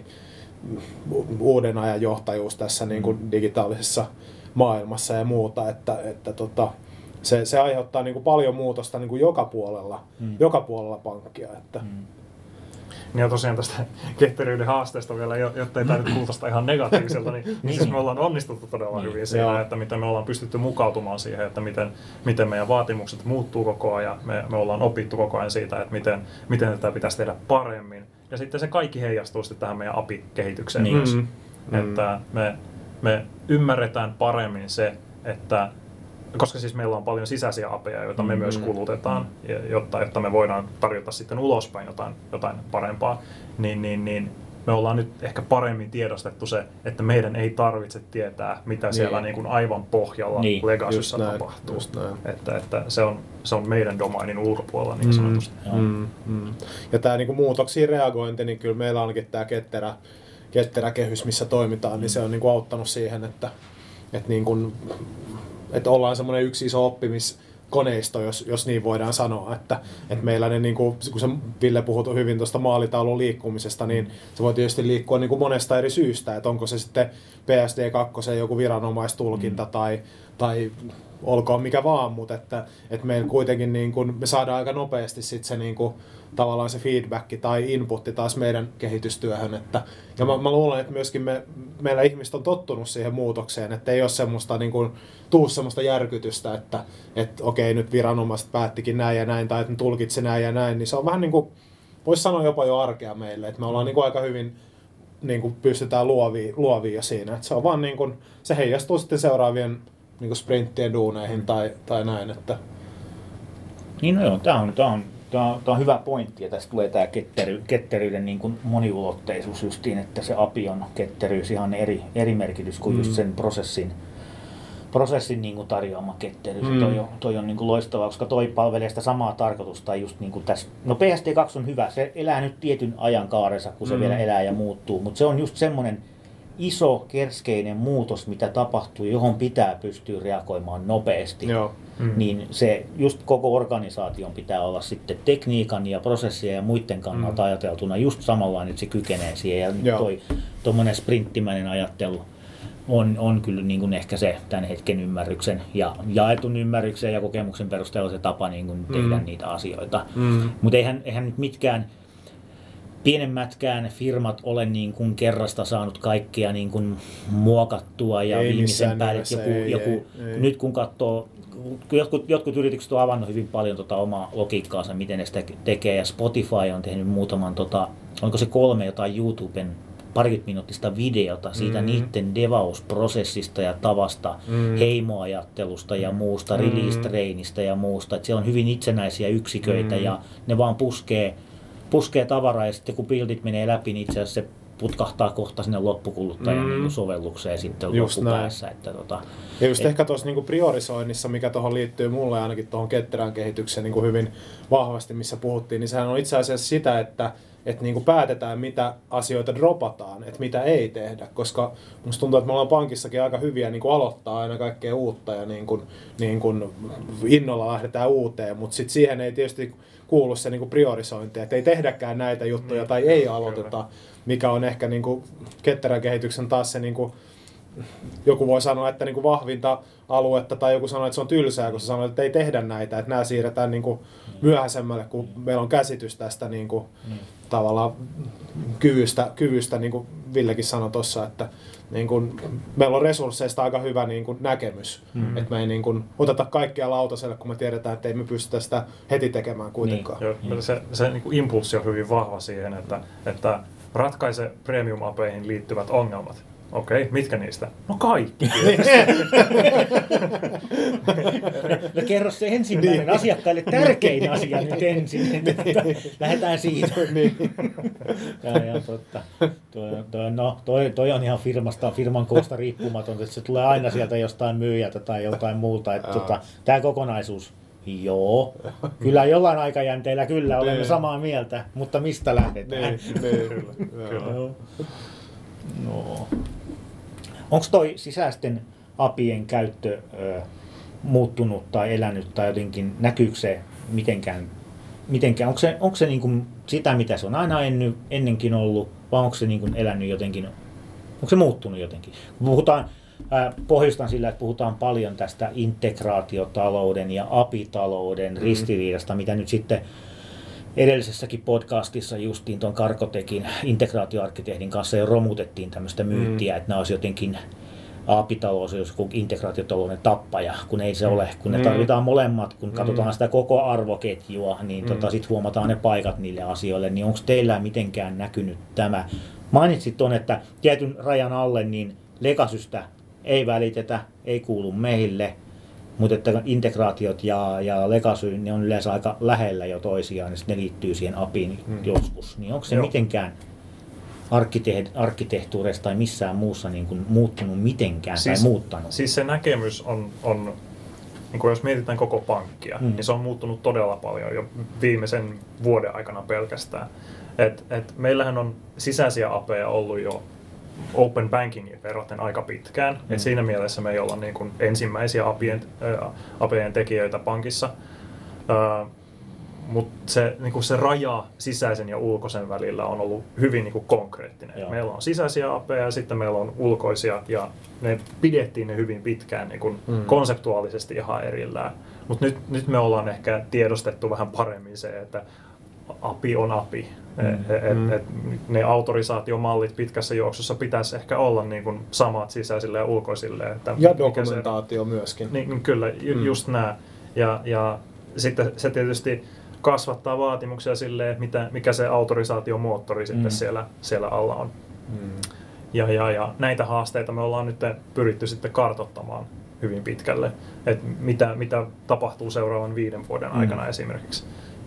uuden ajan johtajuus tässä niin kuin digitaalisessa maailmassa ja muuta, että se aiheuttaa niin kuin paljon muutosta niin kuin joka puolella pankkia. Että. Ja tosiaan tästä ketteryyden haasteesta vielä, jotta ei tämä nyt kuulosta ihan negatiiviselta, niin siis me ollaan onnistuttu todella hyvin siinä, että miten me ollaan pystytty mukautumaan siihen, että miten meidän vaatimukset muuttuu koko ajan. Me ollaan opittu koko ajan siitä, että miten tätä pitäisi tehdä paremmin. Ja sitten se kaikki heijastuu sitten tähän meidän API-kehitykseen myös. Että me ymmärretään paremmin se, että koska siis meillä on paljon sisäisiä apeja, joita me myös kulutetaan, jotta me voidaan tarjota sitten ulospäin jotain parempaa, niin me ollaan nyt ehkä paremmin tiedostettu se, että meidän ei tarvitse tietää, mitä siellä niin kuin aivan pohjalla legacyssa tapahtuu. Että se on meidän domainin ulkopuolella niin sanotusti. Ja tämä niin kuin muutoksiin reagointi, niin kyllä meillä onkin tämä ketterä kehys, missä toimitaan, niin se on niin kuin auttanut siihen, että ollaan semmoinen yksi iso oppimiskoneisto, jos niin voidaan sanoa, että meillä ne, niin kuin, kun se Ville puhui hyvin tuosta maalitaulun liikkumisesta, niin se voi tietysti liikkua niin kuin monesta eri syystä, että onko se sitten PSD2 joku viranomaistulkinta tai olkoon mikä vaan, mutta että meillä kuitenkin niin kun, me saadaan aika nopeasti sit se niin kun, tavallaan se feedback tai inputti taas meidän kehitystyöhön. Ja mä luulen, että myöskin meillä ihmiset on tottunut siihen muutokseen, että ei ole semmoista niin kun, tuu semmoista järkytystä, että okei, nyt viranomaiset päättikin näin ja näin, tai että ne tulkitsi näin ja näin, niin se on vähän niin kuin, voisi sanoa jopa jo arkea meille, että me ollaan niin kuin aika hyvin niin kuin pystytään luovia siinä. Että se on vaan niin kuin, se heijastuu sitten seuraavien niin kuin sprinttien duuneihin tai näin. Että. Niin no joo, tämä on hyvä pointti ja tässä tulee tämä ketteryyden niin kuin moniulotteisuus justiin, että se API on ketteryys ihan eri merkitys kuin just sen prosessin niin kuin tarjoama ketteryys. Toi on niin kuin loistavaa, koska toi palvelee sitä samaa tarkoitusta just niin kuin tässä. No PSD2 on hyvä, se elää nyt tietyn ajan kaaressa, kun se vielä elää ja muuttuu, mutta se on just semmoinen iso kerskeinen muutos, mitä tapahtuu, johon pitää pystyä reagoimaan nopeasti. Niin se just koko organisaation pitää olla sitten tekniikan ja prosessien ja muiden kannalta ajateltuna just samanlainen, että se kykenee siihen. Ja tuommoinen sprinttimäinen ajattelu on kyllä niin kuin ehkä se tämän hetken ymmärryksen ja jaetun ymmärryksen ja kokemuksen perusteella se tapa niin kuin tehdä niitä asioita. Mutta eihän nyt mitkään pienemmätkään firmat ole niin kuin kerrasta saanut kaikkea niin kuin muokattua ja viimeisen päälle joku nyt kun katsoo, jotkut yritykset on avannut hyvin paljon omaa logiikkaansa, miten ne sitä tekee, ja Spotify on tehnyt muutaman, onko se 3 jotain YouTuben parikymmentä-minuuttista videota siitä niiden devausprosessista ja tavasta, heimoajattelusta ja muusta, release-treinistä ja muusta. Et siellä on hyvin itsenäisiä yksiköitä ja ne vaan puskee tavaraa ja sitten kun buildit menee läpi, niin itse asiassa se putkahtaa kohta sinne loppukuluttajan niin sovellukseen sitten loppupäässä. Ja just ehkä tuossa niin priorisoinnissa, mikä tuohon liittyy mulle ainakin tuohon ketterään kehitykseen niin hyvin vahvasti, missä puhuttiin, niin sehän on itse asiassa sitä, että niin kuin päätetään, mitä asioita dropataan, että mitä ei tehdä, koska musta tuntuu, että me ollaan pankissakin aika hyviä niin kuin aloittaa aina kaikkea uutta ja niin kuin innolla lähdetään uuteen, mutta sitten siihen ei tietysti kuulu se niin kuin priorisointi, että ei tehdäkään näitä juttuja tai ei aloiteta, mikä on ehkä niin kuin ketterän kehityksen taas se, niin kuin, joku voi sanoa, että niin kuin vahvinta aluetta tai joku sanoo, että se on tylsää, kun se sanoo, että ei tehdä näitä, että nämä siirretään niin kuin myöhäisemmälle, kun meillä on käsitys tästä niin kuin, tavallaan kyvystä, niin kuin Villekin sanoi tuossa, että niin kun, meillä on resursseista aika hyvä niin kun, näkemys, että me ei niin kun, oteta kaikkea lautaselle, kun me tiedetään, että ei me pystytä sitä heti tekemään kuitenkaan. Niin. Se niin kun impulssi on hyvin vahva siihen, että ratkaise premium-apeihin liittyvät ongelmat. Okei, mitkä niistä? No kaikki. No kerro se ensimmäinen asiakkaille tärkein asia nyt ensin. Lähdetään siitä. Ja totta. Toi on ihan firman koosta riippumaton, että se tulee aina sieltä jostain myyjältä tai jotain muuta. Tämä kokonaisuus, joo, kyllä jollain aikajänteellä kyllä olemme samaa mieltä, mutta mistä lähdetään? Kyllä. No. Onko toi sisäisten APIen käyttö muuttunut tai elänyt tai jotenkin näkyykö se mitenkään? Onko se niin kuin sitä, mitä se on aina ennenkin ollut, vai onko se niin kuin elänyt jotenkin, onko se muuttunut jotenkin? Puhutaan, pohjustan sillä, että puhutaan paljon tästä integraatiotalouden ja API-talouden ristiriidasta, mitä nyt sitten edellisessäkin podcastissa justiin tuon Karkotekin integraatioarkkitehdin kanssa jo romutettiin tämmöistä myyttiä, että nämä olisi jotenkin API-talous olisi joku integraatiotalouden tappaja, kun ei se ole, kun ne tarvitaan molemmat, kun katsotaan sitä koko arvoketjua, niin sitten huomataan ne paikat niille asioille, niin onko teillä mitenkään näkynyt tämä? Mainitsit tuon, että tietyn rajan alle niin legacystä ei välitetä, ei kuulu meille, mutta että integraatiot ja legacy, ne on yleensä aika lähellä jo toisiaan, ja ne liittyy siihen APIin joskus. Niin onko se mitenkään arkkitehtuurissa tai missään muussa niin kuin muuttunut mitenkään tai muuttanut? Siis se näkemys on niin kuin jos mietitään koko pankkia, niin se on muuttunut todella paljon jo viimeisen vuoden aikana pelkästään. Et meillähän on sisäisiä API:ja ollut jo Open Bankingin verraten aika pitkään. Et siinä mielessä me ei olla niin kuin ensimmäisiä API:en tekijöitä pankissa. mutta se, niin kuin se raja sisäisen ja ulkoisen välillä on ollut hyvin niin kuin konkreettinen. Joo. Meillä on sisäisiä apeja ja sitten meillä on ulkoisia ja ne pidettiin ne hyvin pitkään niin kuin konseptuaalisesti ihan erillään. Mutta nyt me ollaan ehkä tiedostettu vähän paremmin se, että API on API. Ne autorisaatiomallit pitkässä juoksussa pitäisi ehkä olla niin kuin samat sisäisille ja ulkoisille. Että ja dokumentaatio myöskin. Niin, kyllä, just nämä. Ja sitten se tietysti kasvattaa vaatimuksia sille, että mikä se autorisaatiomoottori sitten siellä alla on. Ja näitä haasteita me ollaan nyt pyritty sitten kartoittamaan hyvin pitkälle, että mitä tapahtuu seuraavan 5 vuoden aikana esimerkiksi.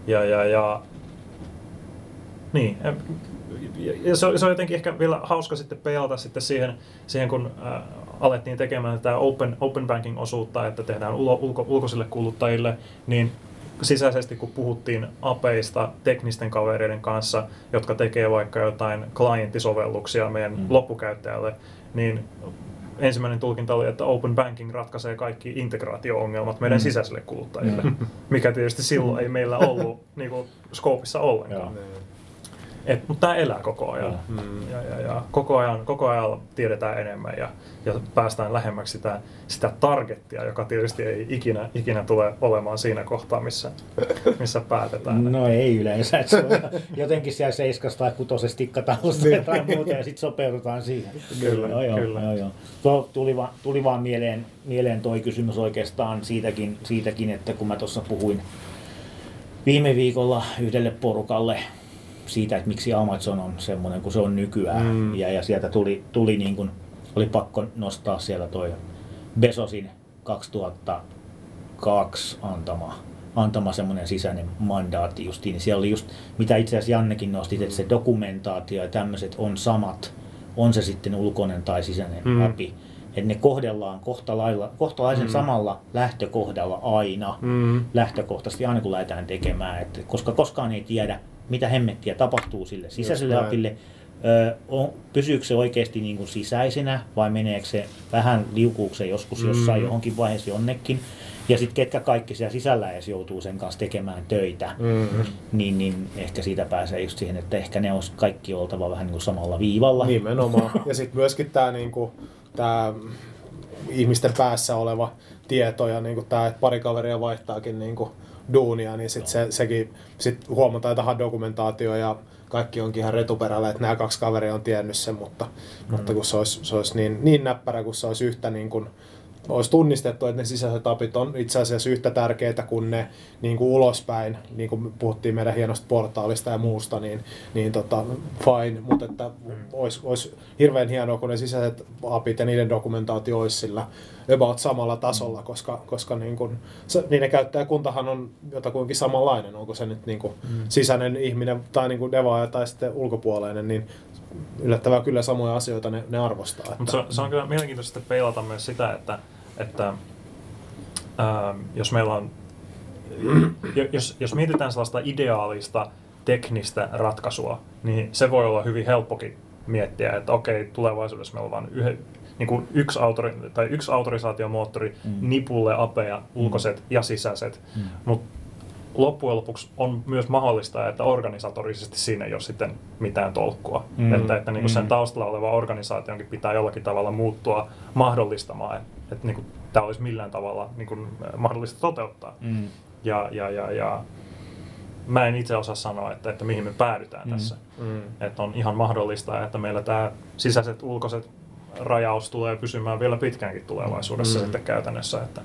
Niin. Ja se on jotenkin ehkä vielä hauska sitten peilata sitten siihen kun alettiin tekemään tätä open banking osuutta, että tehdään ulkoisille kuluttajille, niin sisäisesti kun puhuttiin apeista teknisten kavereiden kanssa, jotka tekee vaikka jotain klienttisovelluksia meidän loppukäyttäjälle, niin ensimmäinen tulkinta oli, että open banking ratkaisee kaikki integraatio-ongelmat meidän sisäisille kuluttajille, mikä tietysti silloin ei meillä ollut niin kuin skoopissa ollenkaan. Mutta tämä elää koko ajan. Ja koko ajan tiedetään enemmän ja päästään lähemmäksi sitä targettia, joka tietysti ei ikinä tule olemaan siinä kohtaa, missä päätetään. No ei yleensä. Se on jotenkin siellä 7 tai 6 tikkataulusta tai muuta ja sitten sopeudutaan siihen. Kyllä. Joo. Tuli vaan mieleen toi kysymys oikeastaan siitäkin, että kun mä tuossa puhuin viime viikolla yhdelle porukalle siitä, että miksi Amazon on semmoinen kuin se on nykyään. Ja sieltä tuli niin kuin, oli pakko nostaa siellä toi Bezosin 2002 antama semmoinen sisäinen mandaatti justiin. Niin siellä oli just, mitä itse asiassa Jannekin nostit, että se dokumentaatio ja tämmöiset on samat, on se sitten ulkoinen tai sisäinen API. Että ne kohdellaan kohtalaisen samalla lähtökohdalla aina, lähtökohtaisesti aina kun lähdetään tekemään, että koska koskaan ei tiedä, mitä hemmettiä tapahtuu sille sisäiselle apille, pysyykö se oikeasti niin kuin sisäisenä vai meneekö se vähän liukuukseen joskus jossain johonkin vaiheessa jonnekin. Ja sitten ketkä kaikki siellä sisällä edes joutuu sen kanssa tekemään töitä, niin ehkä siitä pääsee just siihen, että ehkä ne olisi kaikki oltava vähän niin kuin samalla viivalla. Nimenomaan. Ja sitten myöskin tämä niinku, ihmisten päässä oleva tieto ja niinku tämä, että pari kaveria vaihtaakin niinku duunia, niin sekin sit huomataan, että dokumentaatio ja kaikki onkin ihan retuperällä, että nämä 2 kaveria on tiennyt sen, mutta kun se olisi niin näppärä, kun se olisi yhtä niin kuin, olisi tunnistettu, että ne sisäiset apit on itse asiassa yhtä tärkeitä kuin ne niin kuin ulospäin, niin kuin puhuttiin meidän hienosta portaalista ja muusta, niin fine, mutta että olisi hirveän hienoa, kun ne sisäiset apit ja niiden dokumentaatio olisi sillä about samalla tasolla, koska niin kuin, niiden käyttäjäkuntahan on jotakuinkin samanlainen, onko se nyt niin kuin sisäinen ihminen tai niin kuin devaaja tai sitten ulkopuoleinen, niin yllättävää kyllä samoja asioita ne arvostaa. Mutta se on kyllä mielenkiintoista peilata myös sitä, että jos meillä on, jos mietitään sellaista ideaalista teknistä ratkaisua, niin se voi olla hyvin helppokin miettiä, että okei, tulevaisuudessa meillä on vain yksi autorisaatiomoottori, nipulle apeja, ulkoiset ja sisäiset, mutta loppujen lopuksi on myös mahdollista, että organisatorisesti siinä ei ole sitten mitään tolkkua. Että niin kuin sen taustalla oleva organisaationkin pitää jollakin tavalla muuttua mahdollistamaan, että niin kuin tämä olisi millään tavalla niin kuin mahdollista toteuttaa. Ja mä en itse osaa sanoa, että mihin me päädytään tässä. Että on ihan mahdollista, että meillä tämä sisäiset ulkoiset rajaus tulee pysymään vielä pitkäänkin tulevaisuudessa sitten käytännössä. Että,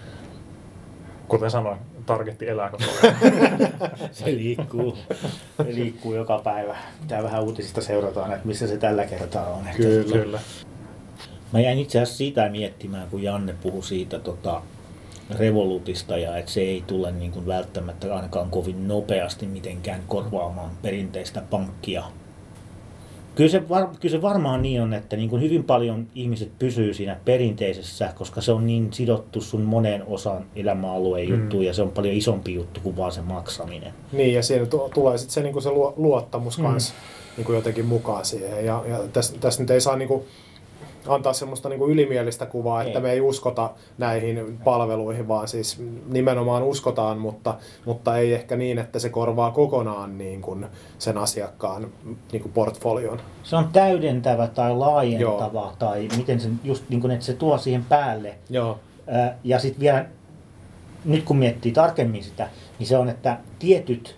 kuten sanoin, targetti elää koko ajan. Se liikkuu joka päivä. Pitää vähän uutisista seurataan, että missä se tällä kertaa on. Kyllä. Mä jäin itse asiassa sitä miettimään, kun Janne puhui siitä Revolutista ja että se ei tule niin kuin välttämättä ainakaan kovin nopeasti mitenkään korvaamaan perinteistä pankkia. Kyllä se varmaan niin on, että niin kuin hyvin paljon ihmiset pysyy siinä perinteisessä, koska se on niin sidottu sun moneen osan elämäalueen juttuun ja se on paljon isompi juttu kuin vaan se maksaminen. Niin ja siinä tulee sitten se, niin kuin se luottamus kanssa niin kuin jotenkin mukaan siihen. Ja tässä nyt ei saa niin kuin antaa semmoista niin kuin ylimielistä kuvaa, että me ei uskota näihin palveluihin, vaan siis nimenomaan uskotaan, mutta ei ehkä niin, että se korvaa kokonaan niin kuin sen asiakkaan niin kuin portfolion. Se on täydentävä tai laajentava tai miten se just niin kuin, että se tuo siihen päälle. Joo. Ja sitten vielä, nyt kun miettii tarkemmin sitä, niin se on, että tietyt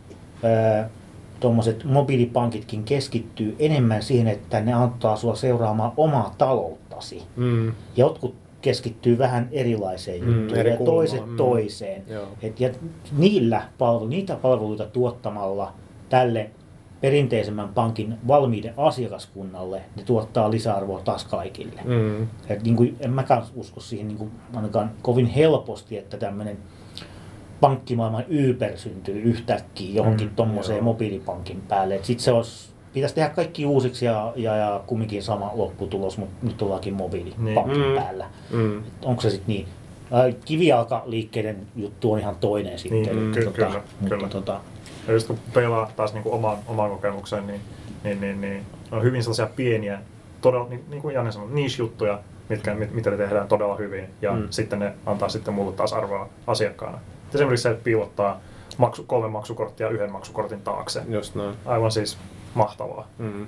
tuommoiset mobiilipankitkin keskittyy enemmän siihen, että ne antaa sua seuraamaan omaa talouttasi. Jotkut keskittyy vähän erilaiseen juttuun ja toiset toiseen. Ja niitä palveluita tuottamalla tälle perinteisemmän pankin valmiiden asiakaskunnalle ne tuottaa lisäarvoa taas kaikille. Niin kuin, en mäkään usko siihen niin kuin ainakaan kovin helposti, että tämmöinen pankkimaailman Uber syntyy yhtäkkiä johonkin tommoseen mobiilipankin päälle. Sitten pitäisi tehdä kaikki uusiksi ja kumminkin sama lopputulos, mutta nyt ollaankin mobiilipankin päällä. Onko se sitten niin? Kivijalkaliikkeiden juttu on ihan toinen sitten. Kyllä. Ja just kun pelaa taas niinku omaan kokemukseen, niin on hyvin sellaisia pieniä, todella, niin kuin Janne sanoi, niche-juttuja, mitä ne tehdään todella hyvin. Ja sitten ne antaa sitten mulle taas arvoa asiakkaana. Esimerkiksi se, että piilottaa 3 maksukorttia 1 maksukortin taakse. Just näin. Aivan siis mahtavaa.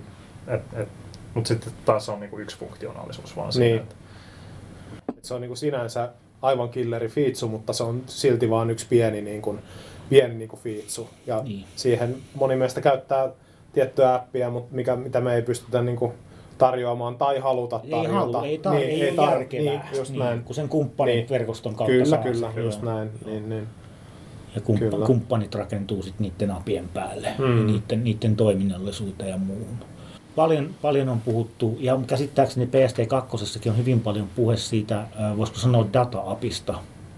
Mutta sitten taas on niinku yksi funktionaalisuus vaan siinä. Niin. Se on niinku sinänsä aivan killeri feature, mutta se on silti vaan yksi pieni niinku feature. Ja siihen moni meistä käyttää tiettyä appia, mutta mitä me ei pystytä niinku tarjoamaan tai haluta tarjota. Ei ole järkevää, just näin. kun sen kumppanin verkoston kautta saa. Kyllä, just näin. Niin. Ja kumppanit rakentuu sitten niiden apien päälle, niiden toiminnallisuuteen ja muuhun. Paljon on puhuttu, ja käsittääkseni PSD2 on hyvin paljon puhe siitä, voisiko sanoa data-apista.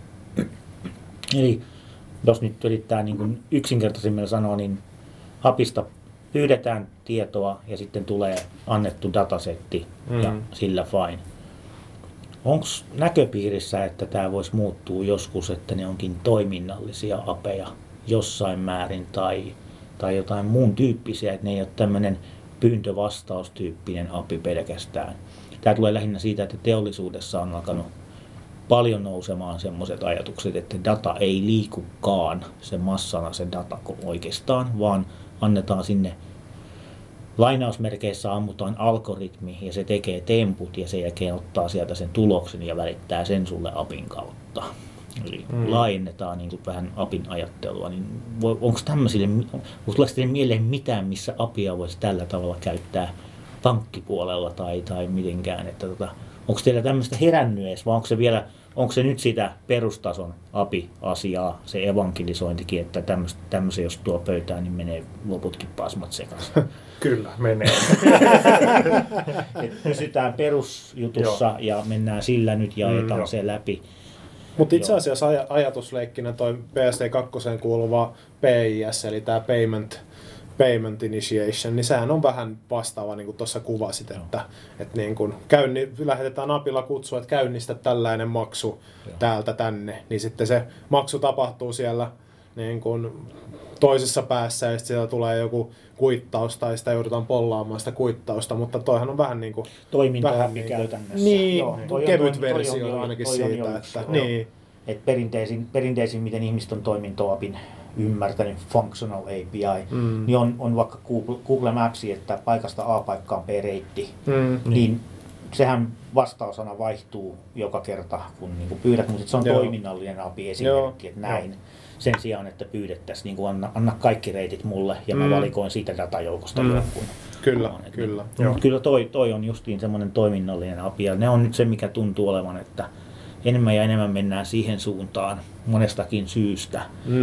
Eli jos nyt yrittää niin kuin yksinkertaisimmilla sanoa, niin apista pyydetään tietoa ja sitten tulee annettu datasetti ja sillä fine. Onko näköpiirissä, että tämä voisi muuttua joskus, että ne onkin toiminnallisia apeja jossain määrin tai jotain muun tyyppisiä, että ne ei ole tämmöinen pyyntövastaustyyppinen api pelkästään. Tämä tulee lähinnä siitä, että teollisuudessa on alkanut paljon nousemaan semmoiset ajatukset, että data ei liikukaan se massana se data oikeastaan, vaan annetaan sinne lainausmerkeissä ammutaan algoritmi ja se tekee temput ja sen jälkeen ottaa sieltä sen tuloksen ja välittää sen sulle apin kautta. Eli laajennetaan niin kuin vähän apin ajattelua. Niin onko teille mieleen mitään, missä apia voisi tällä tavalla käyttää pankkipuolella tai mitenkään? Että onko teillä tämmöistä herännyt edes, vai onko se nyt sitä perustason API-asiaa, se evankelisointikin, että tämmöisen jos tuo pöytään, niin menee loputkin pasmat sekaisin? Kyllä, menee. Pysytään perusjutussa ja mennään sillä nyt ja ajetaan se läpi. Mutta itse asiassa ajatusleikkinä toi PSD2 kuuluva PIS, eli tämä Payment Initiation, niin sehän on vähän vastaava, niin kuin tuossa kuvasit, että niin kun lähetetään apilla kutsua, että käynnistä tällainen maksu täältä tänne, niin sitten se maksu tapahtuu siellä niin kun toisessa päässä ja sitten sieltä tulee joku kuittaus tai sitä joudutaan pollaamaan sitä kuittausta, mutta toihan on vähän niin kuin toiminto-appi käytännössä. Niin, kevyt versio ainakin siitä, että niin. Et perinteisin, miten ihmiset on toiminto-apin ymmärtänyt, functional API, niin on vaikka Google Maps, että paikasta A paikkaan B reitti, niin sehän vastausana vaihtuu joka kerta, kun niinku pyydät, mutta se on toiminnallinen API esimerkki, että näin. Sen sijaan, että pyydettäisiin, niin kuin anna kaikki reitit mulle ja mä valikoin siitä datajoukosta jonkun. Kyllä. Kyllä toi on justiin semmoinen toiminnallinen API ja ne on nyt se, mikä tuntuu olevan, että enemmän ja enemmän mennään siihen suuntaan monestakin syystä.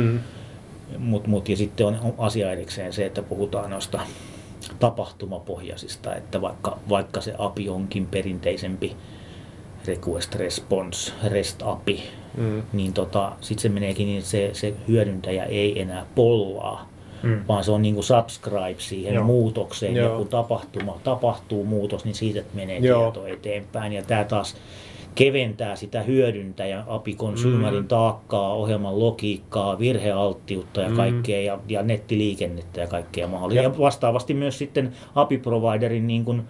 Ja sitten on asia erikseen se, että puhutaan noista tapahtumapohjaisista, että vaikka se API onkin perinteisempi request response, REST API, niin sitten se meneekin niin, että se hyödyntäjä ei enää pollaa, vaan se on niin kuin subscribe siihen muutokseen, ja kun tapahtuu muutos, niin siitä menee tieto eteenpäin, ja tämä taas keventää sitä hyödyntäjän API-consumerin taakkaa, ohjelman logiikkaa, virhealttiutta ja kaikkea, ja nettiliikennettä ja kaikkea mahdollista. Ja vastaavasti myös sitten API-providerin niin kuin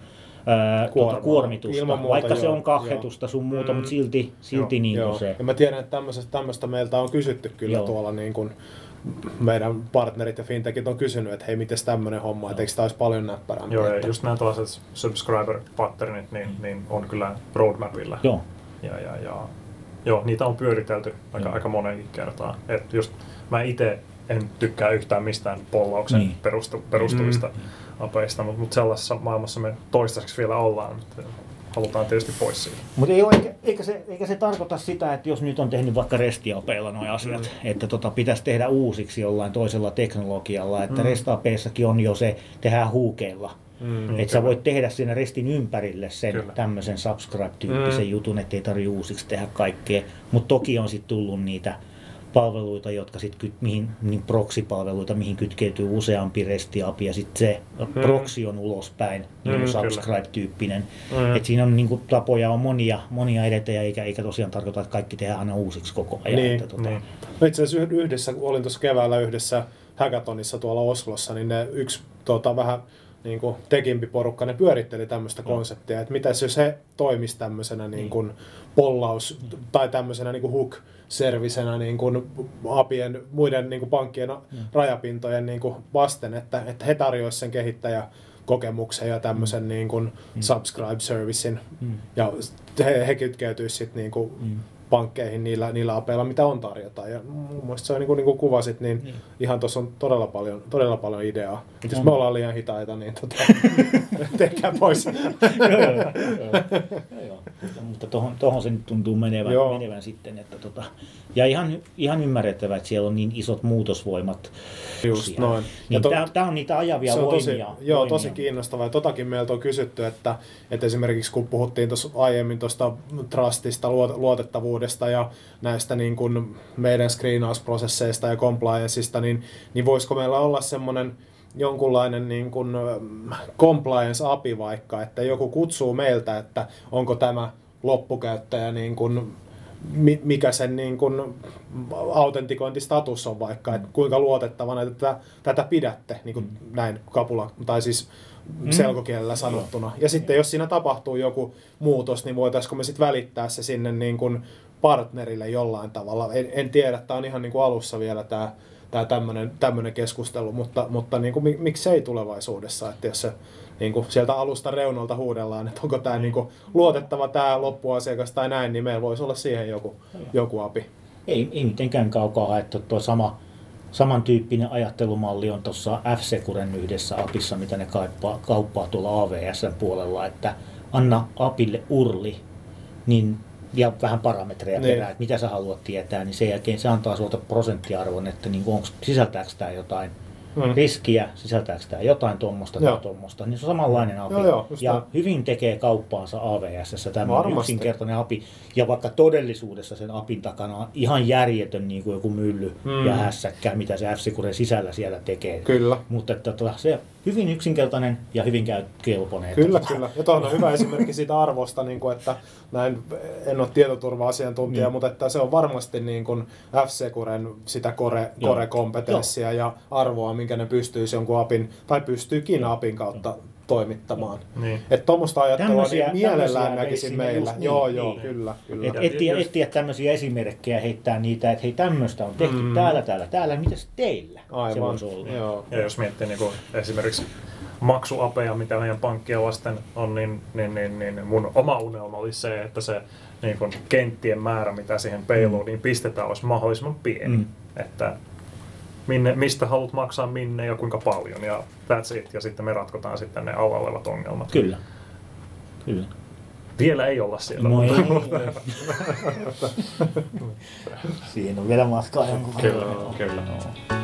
kuormitusta. Ilman muuta, Vaikka se joo, on kahhetusta sun muuta, mutta silti niin kuin se. Ja mä tiedän, että tämmöistä meiltä on kysytty kyllä tuolla niin kuin meidän partnerit ja fintechit on kysynyt, että hei, miten tämmöinen homma, että eikö tämä olisi paljon näppärämpi? Joo, ja just nämä tällaiset subscriber-patternit niin on kyllä roadmapilla. Joo. Joo, niitä on pyöritelty aika monenkin kertaa. Et just mä itse en tykkää yhtään mistään pollauksen perustuvista apeista, mutta sellaisessa maailmassa me toistaiseksi vielä ollaan. Halutaan tietysti pois siitä. Mutta eikä se tarkoita sitä, että jos nyt on tehnyt vaikka REST-apeilla nuo asiat, että pitäisi tehdä uusiksi jollain toisella teknologialla, että REST-apeissakin on jo se, tehdään huukeilla. Että sä voit tehdä siinä RESTin ympärille sen tämmöisen subscribe-tyyppisen jutun, ettei tarvitse uusiksi tehdä kaikkea. Mutta toki on sitten tullut niitä palveluita, jotka sitten niin proxy-palveluita, mihin kytkeytyy useampi REST-api ja sitten se proxy on ulospäin, niin subscribe-tyyppinen. Että siinä on niin tapoja on monia edetä eikä tosiaan tarkoita, että kaikki tehdään aina uusiksi koko ajan. Niin. Itse asiassa olin tuossa keväällä yhdessä hackathonissa tuolla Oslossa, niin ne yksi vähän niin kuin tekimpi porukka, ne pyöritteli tämmöistä konseptia, että mitäs jos he toimisi tämmöisenä niin kuin pollaus tai tämmöisenä niin kuin hook-servicenä niin kuin apien, muiden niin kuin pankkien rajapintojen niin kuin vasten, että he tarjoaisivat sen kehittäjäkokemuksen ja tämmöisen niin kuin subscribe-servicin ja he kytkeytyisivät sitten niin kuin pankkeihin niillä apeilla, mitä on tarjota. Ja mun mielestä se on niin kuin kuvasit, niin ihan tuossa on todella paljon ideaa. Jos me ollaan liian hitaita, niin tehkää pois. Joo. Mutta tuohon se nyt tuntuu menevän sitten. Että ja ihan ymmärrettävää, että siellä on niin isot muutosvoimat. Just noin. Niin tämä on niitä ajavia voimia. Tosi kiinnostavaa. Ja totakin meiltä on kysytty, että esimerkiksi kun puhuttiin tuossa aiemmin tuosta trustista, luotettavuudesta ja näistä niin kuin meidän screenausprosesseista ja complianceista, niin voisiko meillä olla semmoinen jonkunlainen niin kuin compliance-api vaikka, että joku kutsuu meiltä, että onko tämä loppukäyttäjä, niin kuin, mikä sen niin kuin autentikointistatus on vaikka, että kuinka luotettavana tätä pidätte, niin kuin näin kapula, tai siis selkokielellä sanottuna. Ja sitten jos siinä tapahtuu joku muutos, niin voitaisiinko me sitten välittää se sinne niin kuin partnerille jollain tavalla. En tiedä, tämä on ihan niin kuin alussa vielä tämä tämmöinen keskustelu, mutta niin kuin, miksei tulevaisuudessa, että jos se niin kuin sieltä alusta reunalta huudellaan, että onko tämä niin kuin luotettava tämä loppuasiakas tai näin, niin meillä voisi olla siihen joku api. Ei mitenkään kaukaa, että tuo samantyyppinen ajattelumalli on tuossa F-Securen yhdessä apissa, mitä ne kauppaa tuolla AWS:n puolella, että anna apille URLi, niin ja vähän parametreja perään, että mitä sä haluat tietää, niin sen jälkeen se antaa sulta prosenttiarvon, että niin sisältääkö tämä jotain riskiä, sisältääkö tämä jotain tuommoista tai tuommoista, niin se on samanlainen api. Ja hyvin tekee kauppaansa AWS:ssä tämä yksinkertainen api, ja vaikka todellisuudessa sen apin takana on ihan järjetön niin kuin joku mylly ja hässäkkä, mitä se F-Securen sisällä siellä tekee. Kyllä. Mutta se hyvin yksinkertainen ja hyvin kelpoinen. Kyllä. Ja tuohon on hyvä esimerkki siitä arvosta, niin kuin, että näin, en ole tietoturva-asiantuntija, mutta että se on varmasti niin kuin F-Securen sitä core-kompetenssia ja arvoa, minkä ne pystyisi jonkun apin, tai pystyykin apin kautta toimittamaan. Että tuommoista ajattelua niin mielellään näkisin meillä. Kyllä. Etsiä tämmöisiä esimerkkejä, heittää niitä, että hei, tämmöistä on tehty täällä, mitäs teillä? Aivan. Se voisi olla. Ja jos miettii niin esimerkiksi maksuapeja, mitä meidän pankkia vasten on, niin mun oma unelma oli se, että se niin kun kenttien määrä, mitä siihen payloadiin pistetään, olisi mahdollisimman pieni. Että mistä haluat maksaa minne ja kuinka paljon, ja that's it. Ja sitten me ratkotaan sitten ne alla olevat ongelmat. Kyllä. Vielä ei olla siellä. No ei. Siinä on vielä matkaa jonkun. Kyllä.